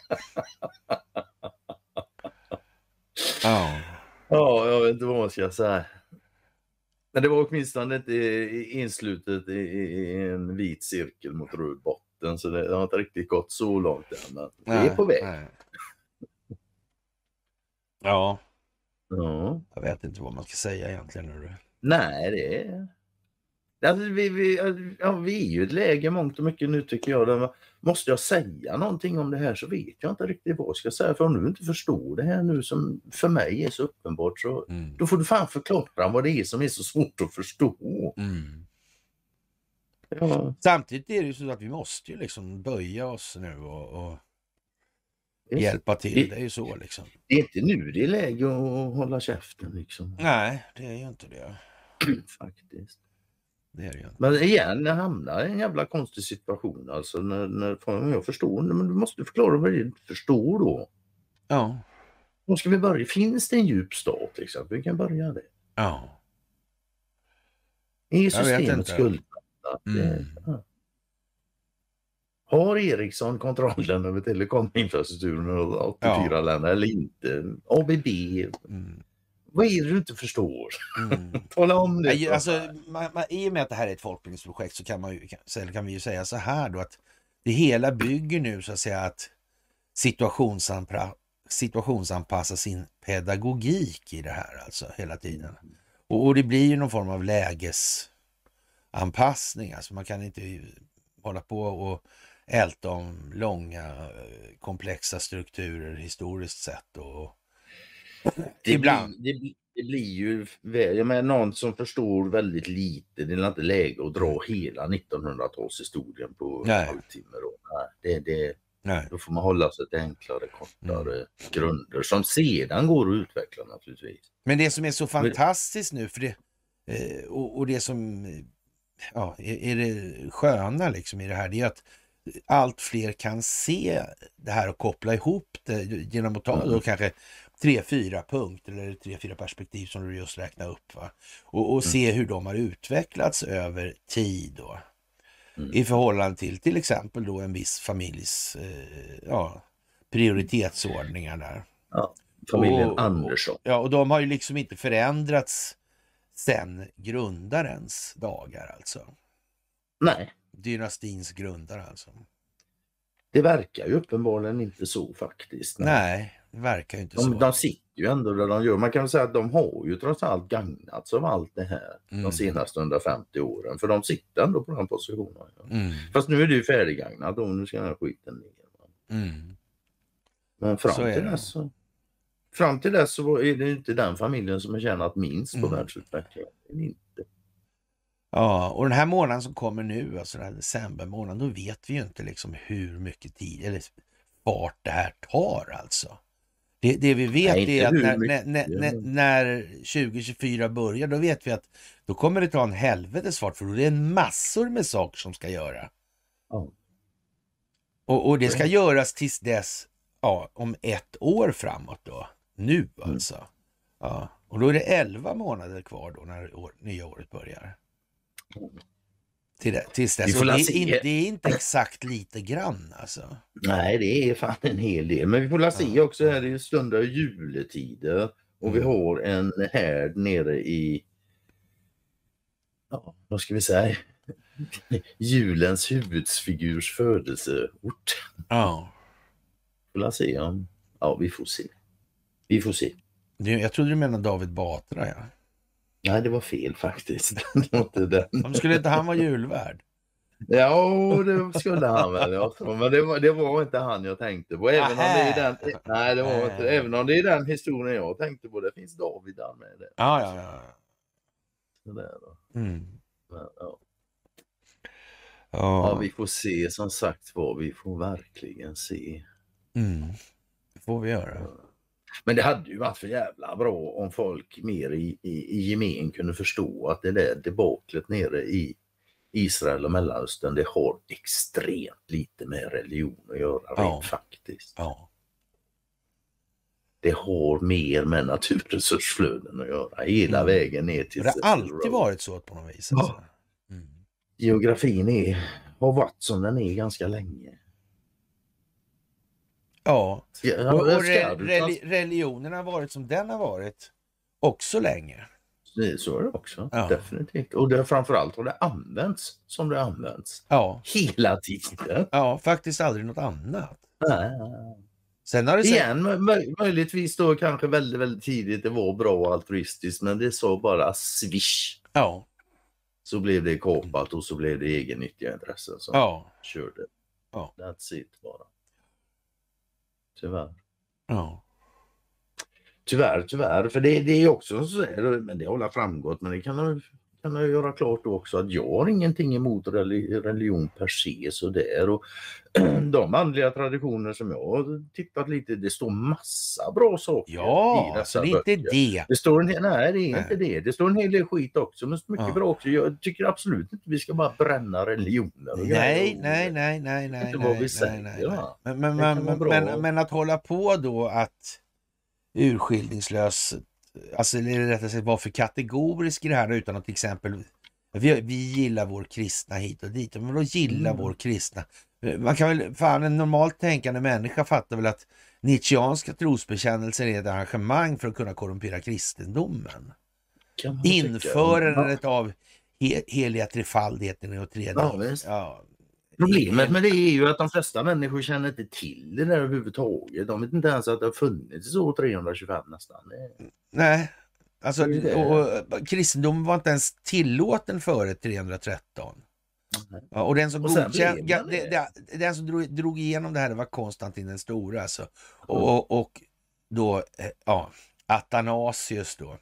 Ja, jag vet inte vad man ska säga. Men det var åtminstone inte inslutet i en vit cirkel mot röd botten. Så det har inte riktigt gått så långt än. Men det är på väg. Ja. Jag vet inte vad man ska säga egentligen nu. Nej, det är... Alltså, vi är ju ett läge mångt och mycket nu tycker jag. Där måste jag säga någonting om det här så vet jag inte riktigt vad jag ska säga. För om du inte förstår det här nu som för mig är så uppenbart så då får du fan förklara vad det är som är så svårt att förstå. Ja. Samtidigt är det ju så att vi måste ju liksom böja oss nu och hjälpa till. Det är ju så liksom. Det är inte nu det är läge att hålla käften liksom. Nej, det är ju inte det. Faktiskt. Det är det ju inte. Men igen, jag hamnar i en jävla konstig situation. Alltså när jag förstår, men du måste förklara vad du förstår då. Ja. Då ska vi börja. Finns det en djup stat liksom? Vi kan börja det. Ja. Är systemet skuldsatt? Har Ericsson kontrollen över telekominfrastrukturen och 84 länder eller inte? ABB? Vad är det du inte förstår? Tala om det. Alltså, i och med att det här är ett folkbildningsprojekt så kan vi ju säga så här då att det hela bygger nu så att säga att situationsanpassa sin pedagogik i det här alltså hela tiden. Och det blir ju någon form av lägesanpassning. Alltså man kan inte hålla på och älta om långa komplexa strukturer historiskt sett och ibland. Det blir ju, jag menar, någon som förstår väldigt lite, det är inte läge att dra hela 1900-talshistorien på en halvtimme då. Nej. Då får man hålla sig till enklare, kortare grunder som sedan går att utveckla naturligtvis. Men det som är så fantastiskt nu för det och det som är det sköna liksom i det här, det är att allt fler kan se det här och koppla ihop det genom att ta då kanske 3-4 punkter eller 3-4 perspektiv som du just räknade upp va? Och se hur de har utvecklats över tid då. I förhållande till exempel då en viss familjs prioritetsordningar där. Ja, familjen Andersson. Och de har ju liksom inte förändrats sen grundarens dagar alltså. Nej. Dynastins grundare alltså. Det verkar ju uppenbarligen inte så faktiskt. Nej, det verkar ju inte så. De sitter ju ändå där de gör. Man kan väl säga att de har ju trots allt gagnats av allt det här de senaste 150 åren. För de sitter ändå på den positionen. Fast nu är det ju färdiggagnat och nu ska den här skiten ner. Men fram till dess så är det inte den familjen som har tjänat minst på världsutvecklingen. Inte. Ja, och den här månaden som kommer nu, alltså den här decembermånaden, då vet vi ju inte liksom hur mycket tid eller fart det här tar alltså. Det vi vet är att när 2024 börjar, då vet vi att då kommer det ta en helvetes fart för då är det en massor med saker som ska göra. Och det ska göras tills dess, om 1 år framåt då. Nu alltså. Ja, och då är det 11 månader kvar då när nya året börjar. Tills dess. Det är inte exakt lite grann alltså. Nej, det är fan en hel del. Men vi får se också här, det stundar juletider och vi har en härd nere i vad ska vi säga, julens huvudfigurs födelseort. Får se om vi får se. Jag trodde du menade David Batra, ja. Nej, det var fel faktiskt. Det skulle inte han vara julvärd? Ja, det skulle han väl. Men det var inte han jag tänkte på. Även om det är den, nej, det var inte. Även om det är den historien jag tänkte på. Det finns David där med det. Ja. Så där då. Ja, vi får se, som sagt vad, vi får verkligen se. Det får vi göra. Men det hade ju varit för jävla bra om folk mer i gemen kunde förstå att det där debaklet nere i Israel och Mellanöstern, det har extremt lite med religion att göra rent faktiskt. Ja. Det har mer med naturresursflöden att göra hela vägen ner till... Det har alltid varit så på något vis. Alltså. Geografin har varit som den är ganska länge. Ja, och religionen har varit som den har varit också länge. Så är det också, definitivt. Och det, framförallt har det använts som det används. Hela tiden. Ja, faktiskt aldrig något annat. Nej. Sen har det igen, möjligtvis då kanske väldigt, väldigt tidigt det var bra och altruistiskt, men det så bara swish. Ja. Så blev det kapat och så blev det egennyttiga intressen som körde. Ja. That's it bara. Tyvärr. Ja. Tyvärr, för det är också så här, men det har framgått, men det kan jag göra klart då också att jag har ingenting emot religion per se så där, och de andliga traditioner som jag har tittat lite, det står massa bra saker i dessa böcker. Det är inte det. Det står nej, det är inte det. Det står en hel del skit också, men mycket bra också. Jag tycker absolut inte vi ska bara bränna religioner. Nej. Inte vad vi säger. Men att hålla på då att urskillningslös, alltså rättare sagt vara för kategorisk i det här utan att till exempel vi gillar vår kristna hit och dit, men då gillar vår kristna. Man kan väl, en normalt tänkande människa fattar väl att nietzscheanska trosbekännelser är ett arrangemang för att kunna korrumpera kristendomen. Införandet av heliga trefaldigheten och tredje. Problemet med det är ju att de flesta människor känner inte till det där överhuvudtaget. De vet inte ens att det har funnits så 325 nästan. Nej, alltså och kristendomen var inte ens tillåten före 313. Ja, och den som drog igenom det här var Konstantin den stora alltså. Och då Athanasius då.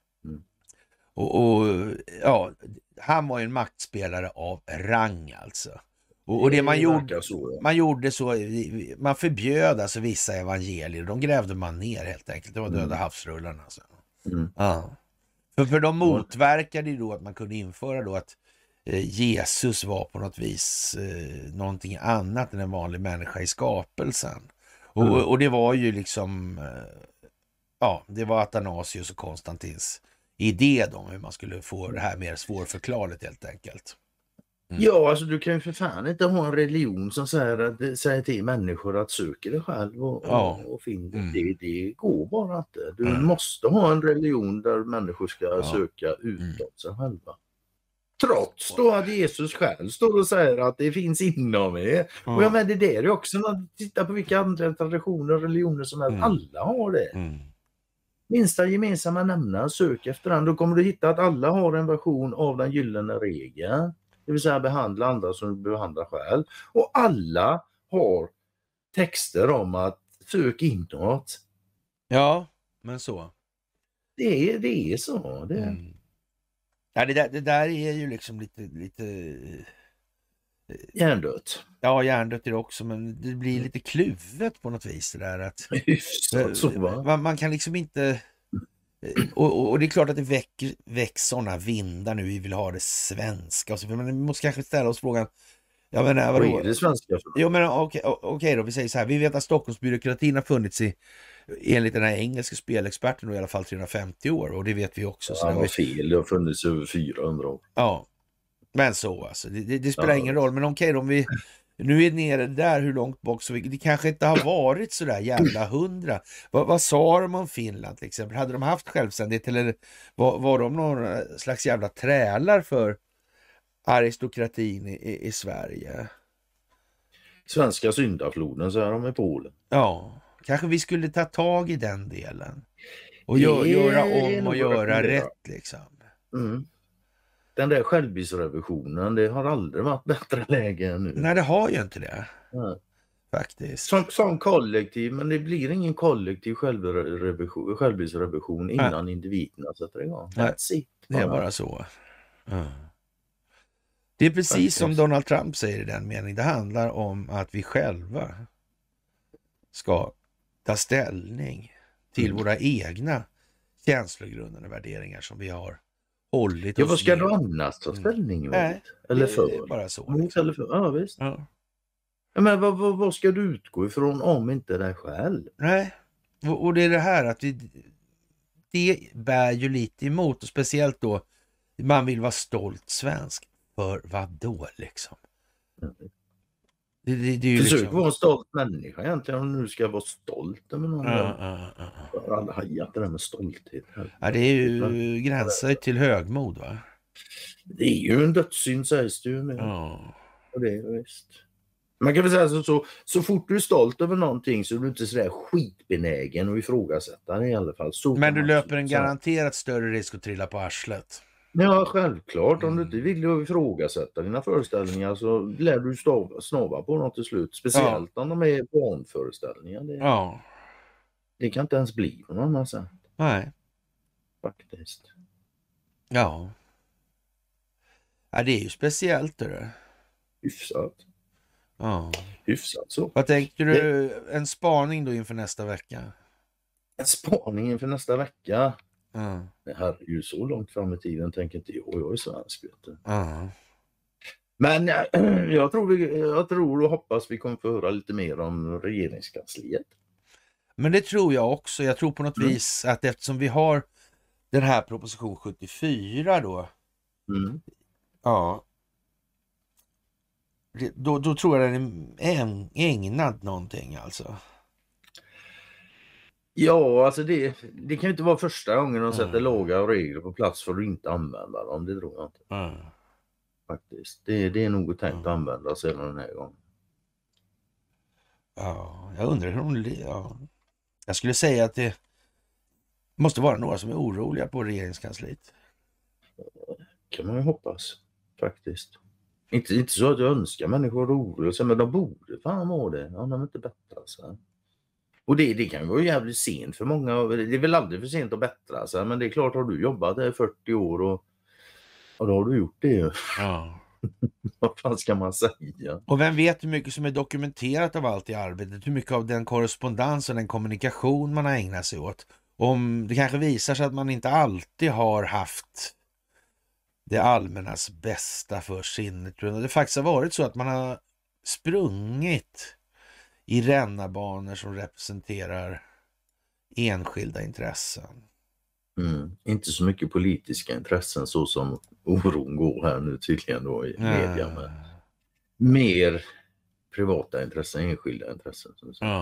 Och han var ju en maktspelare av rang alltså. Och det man gjorde så, man förbjöd alltså vissa evangelier, de grävde man ner helt enkelt. Det var döda havsrullarna alltså. För de motverkade ju då att man kunde införa då att Jesus var på något vis någonting annat än en vanlig människa i skapelsen. Och det var ju liksom det var Athanasius och Konstantins idé om hur man skulle få det här mer svårförklarligt helt enkelt. Ja, alltså du kan ju för fan inte ha en religion som säger till människor att söka dig själv och finna det. Det går bara inte. Du måste ha en religion där människor ska söka utåt sig själva. Trots då att Jesus själv står och säger att det finns inom er. Och jag menar det är ju också när du tittar på vilka andra traditioner och religioner som helst. Alla har det. Minsta gemensamma nämnare, sök efter den. Då kommer du hitta att alla har en version av den gyllene regeln. Det vill säga behandla andra som du behandlar själv. Och alla har texter om att sök inåt. Ja, men så. Det är så. Ja, det där är ju liksom lite hjärndött. Ja, hjärndött är det också, men det blir lite kluvet på något vis det där att man kan liksom inte och det är klart att det väcks sådana vindar nu, vi vill ha det svenska och så, men vi måste kanske ställa oss frågan, jag menar, vad är det svenska? Jo, men okej då, vi säger så här, vi vet att Stockholmsbyråkratin har funnits enligt den här engelska spelexperten då, i alla fall 350 år, och det vet vi också. Så det var fel, det har funnits över 400 år. Ja, men så alltså, det spelar ingen roll, men okej, om vi nu är nere där, hur långt bak, så det kanske inte har varit så där jävla 100. Vad sa de om Finland till exempel? Hade de haft självständighet, eller var de några slags jävla trälar för aristokratin i Sverige? Svenska syndafloden, så är de i Polen. Ja, kanske vi skulle ta tag i den delen och göra om och göra rätt liksom. Den där självbildsrevisionen, det har aldrig varit bättre läge än nu. Nej, det har ju inte det. Faktiskt. Som kollektiv, men det blir ingen kollektiv självbildsrevision innan individerna sätter igång. Det är bara så. Det är precis som Donald Trump säger i den meningen. Det handlar om att vi själva ska ta ställning till våra egna känslogrundande värderingar som vi har hållit oss. Vad ska du annars ta ställning mot? Nej, eller för? Det är bara så. Liksom. Eller för. Ja, visst. Ja. Men vad ska du utgå ifrån om inte dig själv? Nej, och det är det här att det bär ju lite emot, och speciellt då man vill vara stolt svensk. För vad då liksom? Det är ju försök liksom... vara en stolt människa egentligen om du ska vara stolt över någon. Jag har aldrig hajat det där med stolthet. Ja, det är ju gränsar till högmod, va? Det är ju en dödssynd, sägs det ju. Och det är visst. Man kan väl säga så fort du är stolt över någonting så är du inte sådär skitbenägen och ifrågasätta det i alla fall. Så men du löper en garanterat större risk att trilla på arslet. Ja, självklart. Om du inte vill ifrågasätta dina föreställningar så lär du snava på något till slut. Speciellt om de är barnföreställningar. Det kan inte ens bli på någon annan sätt. Nej. Faktiskt. Ja. Ja, det är ju speciellt det. Hyfsat. Ja. Hyfsat så. Vad tänker du? En spaning då inför nästa vecka? En spaning inför nästa vecka? Ja. Det här är ju så långt fram i tiden, tänker inte jag är svensk. Men jag tror och hoppas vi kommer få höra lite mer om regeringskansliet. Men det tror jag också. Jag tror på något vis att eftersom vi har den här proposition 74 då. Ja. Då tror jag den är ägnad någonting alltså. Ja, alltså det kan ju inte vara första gången de sätter lagar och regler på plats för att inte använda dem. Det tror jag inte. Faktiskt. Det är nog tänkt att använda sedan den här gången. Ja, jag undrar hur hon... Ja. Jag skulle säga att det måste vara några som är oroliga på regeringskansliet. Kan man ju hoppas, faktiskt. Inte så att jag önskar människor oroliga, men de borde fan vara det. Om de inte bättrar sig. Och det kan vara jävligt sent för många. Det är väl aldrig för sent att bättra sig. Men det är klart, har du jobbat där 40 år och då har du gjort det ju. Ja. Vad fan ska man säga? Och vem vet hur mycket som är dokumenterat av allt i arbetet? Hur mycket av den korrespondens och den kommunikation man har ägnat sig åt? Om det kanske visar sig att man inte alltid har haft det allmännas bästa för sinnet. Det faktiskt har varit så att man har sprungit i rännarbanor som representerar enskilda intressen. Inte så mycket politiska intressen så som oron går här nu tydligen då i media. Med mer privata intressen, enskilda intressen.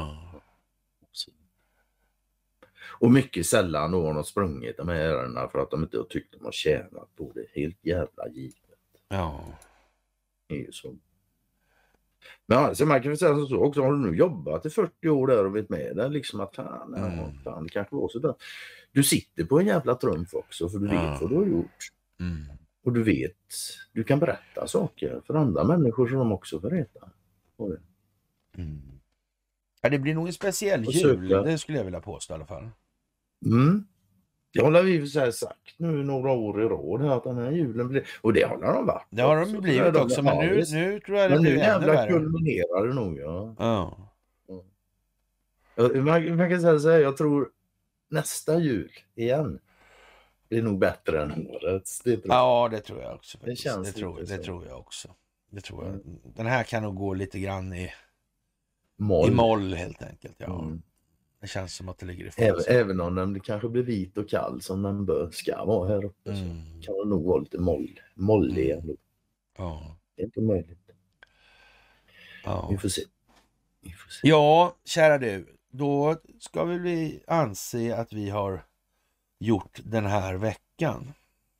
Och mycket sällan då har de sprungit de här ärendena för att de inte har tyckt att de har tjänat på det. Helt jävla givet. Ja. Det är ju så. Men alltså man kan väl säga så också, har du nu jobbat i 40 år där och vet med det liksom att fan, det kanske var så där. Du sitter på en jävla trumf också för du vet vad du har gjort. Och du vet, du kan berätta saker för andra människor som de också får veta. Ja, det blir nog en speciell jul, det skulle jag vilja påstå i alla fall. Det har vi sagt nu några år i rad här att den här julen blir, och det har de varit. Det har de blivit också, men nu tror jag det blir ännu värre. Nu kulminerar det nog, Man kan säga så här, jag tror nästa jul igen blir nog bättre än årets. Ja, det tror jag också. Det känns det tror jag också. Det tror jag. Den här kan nog gå lite grann i moll helt enkelt. Ja. Det känns som att det ligger i fas. Även om den kanske blir vit och kall som den ska vara här uppe så kan det nog vara lite mollig ändå. Ja. Det är inte möjligt. Ja. Vi får se. Ja, kära du. Då ska vi anse att vi har gjort den här veckan.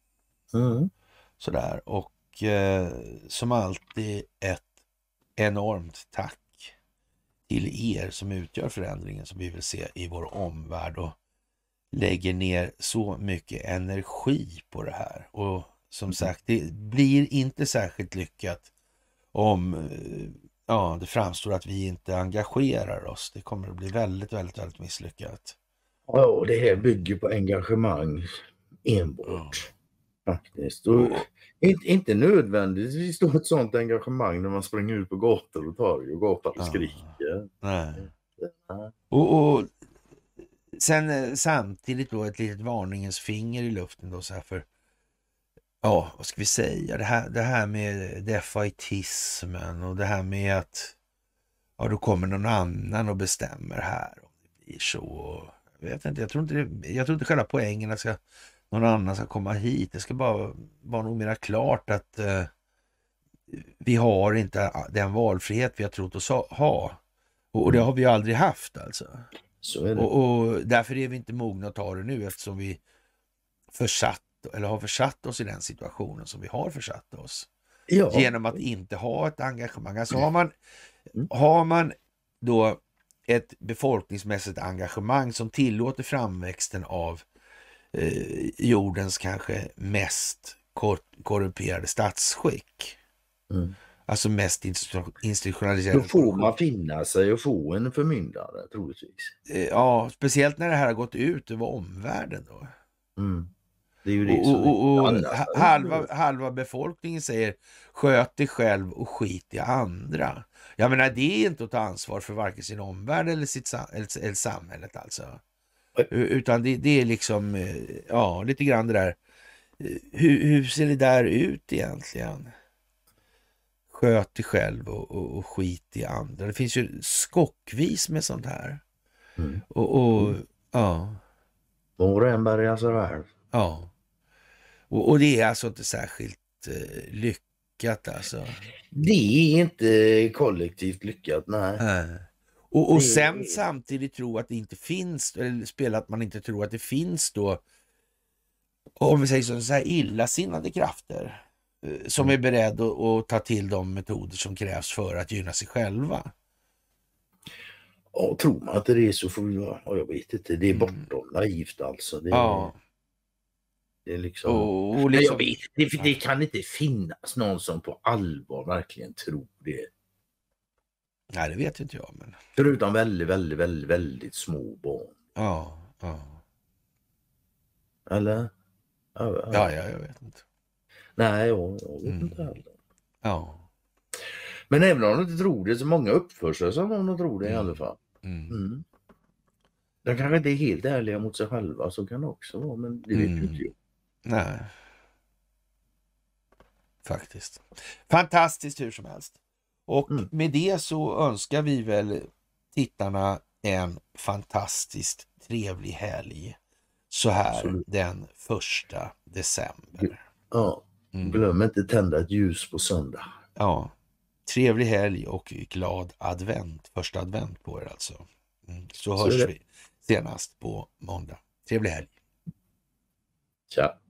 Sådär. Och som alltid ett enormt tack till er som utgör förändringen som vi vill se i vår omvärld och lägger ner så mycket energi på det här. Och som sagt, det blir inte särskilt lyckat om det framstår att vi inte engagerar oss. Det kommer att bli väldigt, väldigt, väldigt misslyckat. Ja, det här bygger på engagemang enbart. Faktiskt. Och inte nödvändigtvis då ett sånt engagemang när man springer ut på gator och torg och gapar och skriker. Nej. Och sen samtidigt då ett litet varningens finger i luften då så här för, ja, vad ska vi säga, det här med defaitismen och det här med att ja, då kommer någon annan och bestämmer här om det blir så. Jag vet inte, jag tror inte själva poängen att någon annan ska komma hit. Det ska bara vara nog mer klart att vi har inte den valfrihet vi har trott oss ha. Och det har vi ju aldrig haft alltså. Så är det. Och därför är vi inte mogna att ta det nu, eftersom vi har försatt oss i den situationen som vi har försatt oss. Ja. Genom att inte ha ett engagemang. Alltså har man då ett befolkningsmässigt engagemang som tillåter framväxten av jordens kanske mest korrumperade statsskick. Alltså mest institutionaliserade. Då får man finna sig och få en förmyndare, troligtvis. Ja, speciellt när det här har gått ut över omvärlden då. Det är ju det som halva befolkningen säger sköt dig själv och skit i andra. Jag menar, det är inte att ta ansvar för varken sin omvärld eller samhället alltså. Utan det är liksom, ja, lite grann det där. Hur ser det där ut egentligen? Sköt dig själv och skit i andra. Det finns ju skockvis med sånt här. Ja. Var och en bärgar sig själv. Ja. Och det är alltså inte särskilt lyckat alltså. Det är inte kollektivt lyckat, nej. Och sen samtidigt tro att det inte finns, eller spela att man inte tror att det finns då, om vi säger så här illasinnade krafter som är beredda att ta till de metoder som krävs för att gynna sig själva. Ja, tror man att det är så får vi, jag vet inte, det är bortom naivt alltså. Det är liksom, jag vet, det kan inte finnas någon som på allvar verkligen tror det. Nej, det vet inte jag. Men... Förutom väldigt små barn. Ja. Eller? Ja, jag vet inte. Nej, jag vet inte heller. Ja. Men även om de inte tror det, så många uppför sig som om de tror det i alla fall. De kanske inte är helt ärliga mot sig själva, så kan det också vara, men det vet ju inte jag. Nej. Faktiskt. Fantastiskt hur som helst. Och med det så önskar vi väl tittarna en fantastiskt trevlig helg så här den 1 december. Ja, glöm inte tända ett ljus på söndag. Ja, trevlig helg och glad advent, första advent på er alltså. Så hörs vi senast på måndag. Trevlig helg. Tja.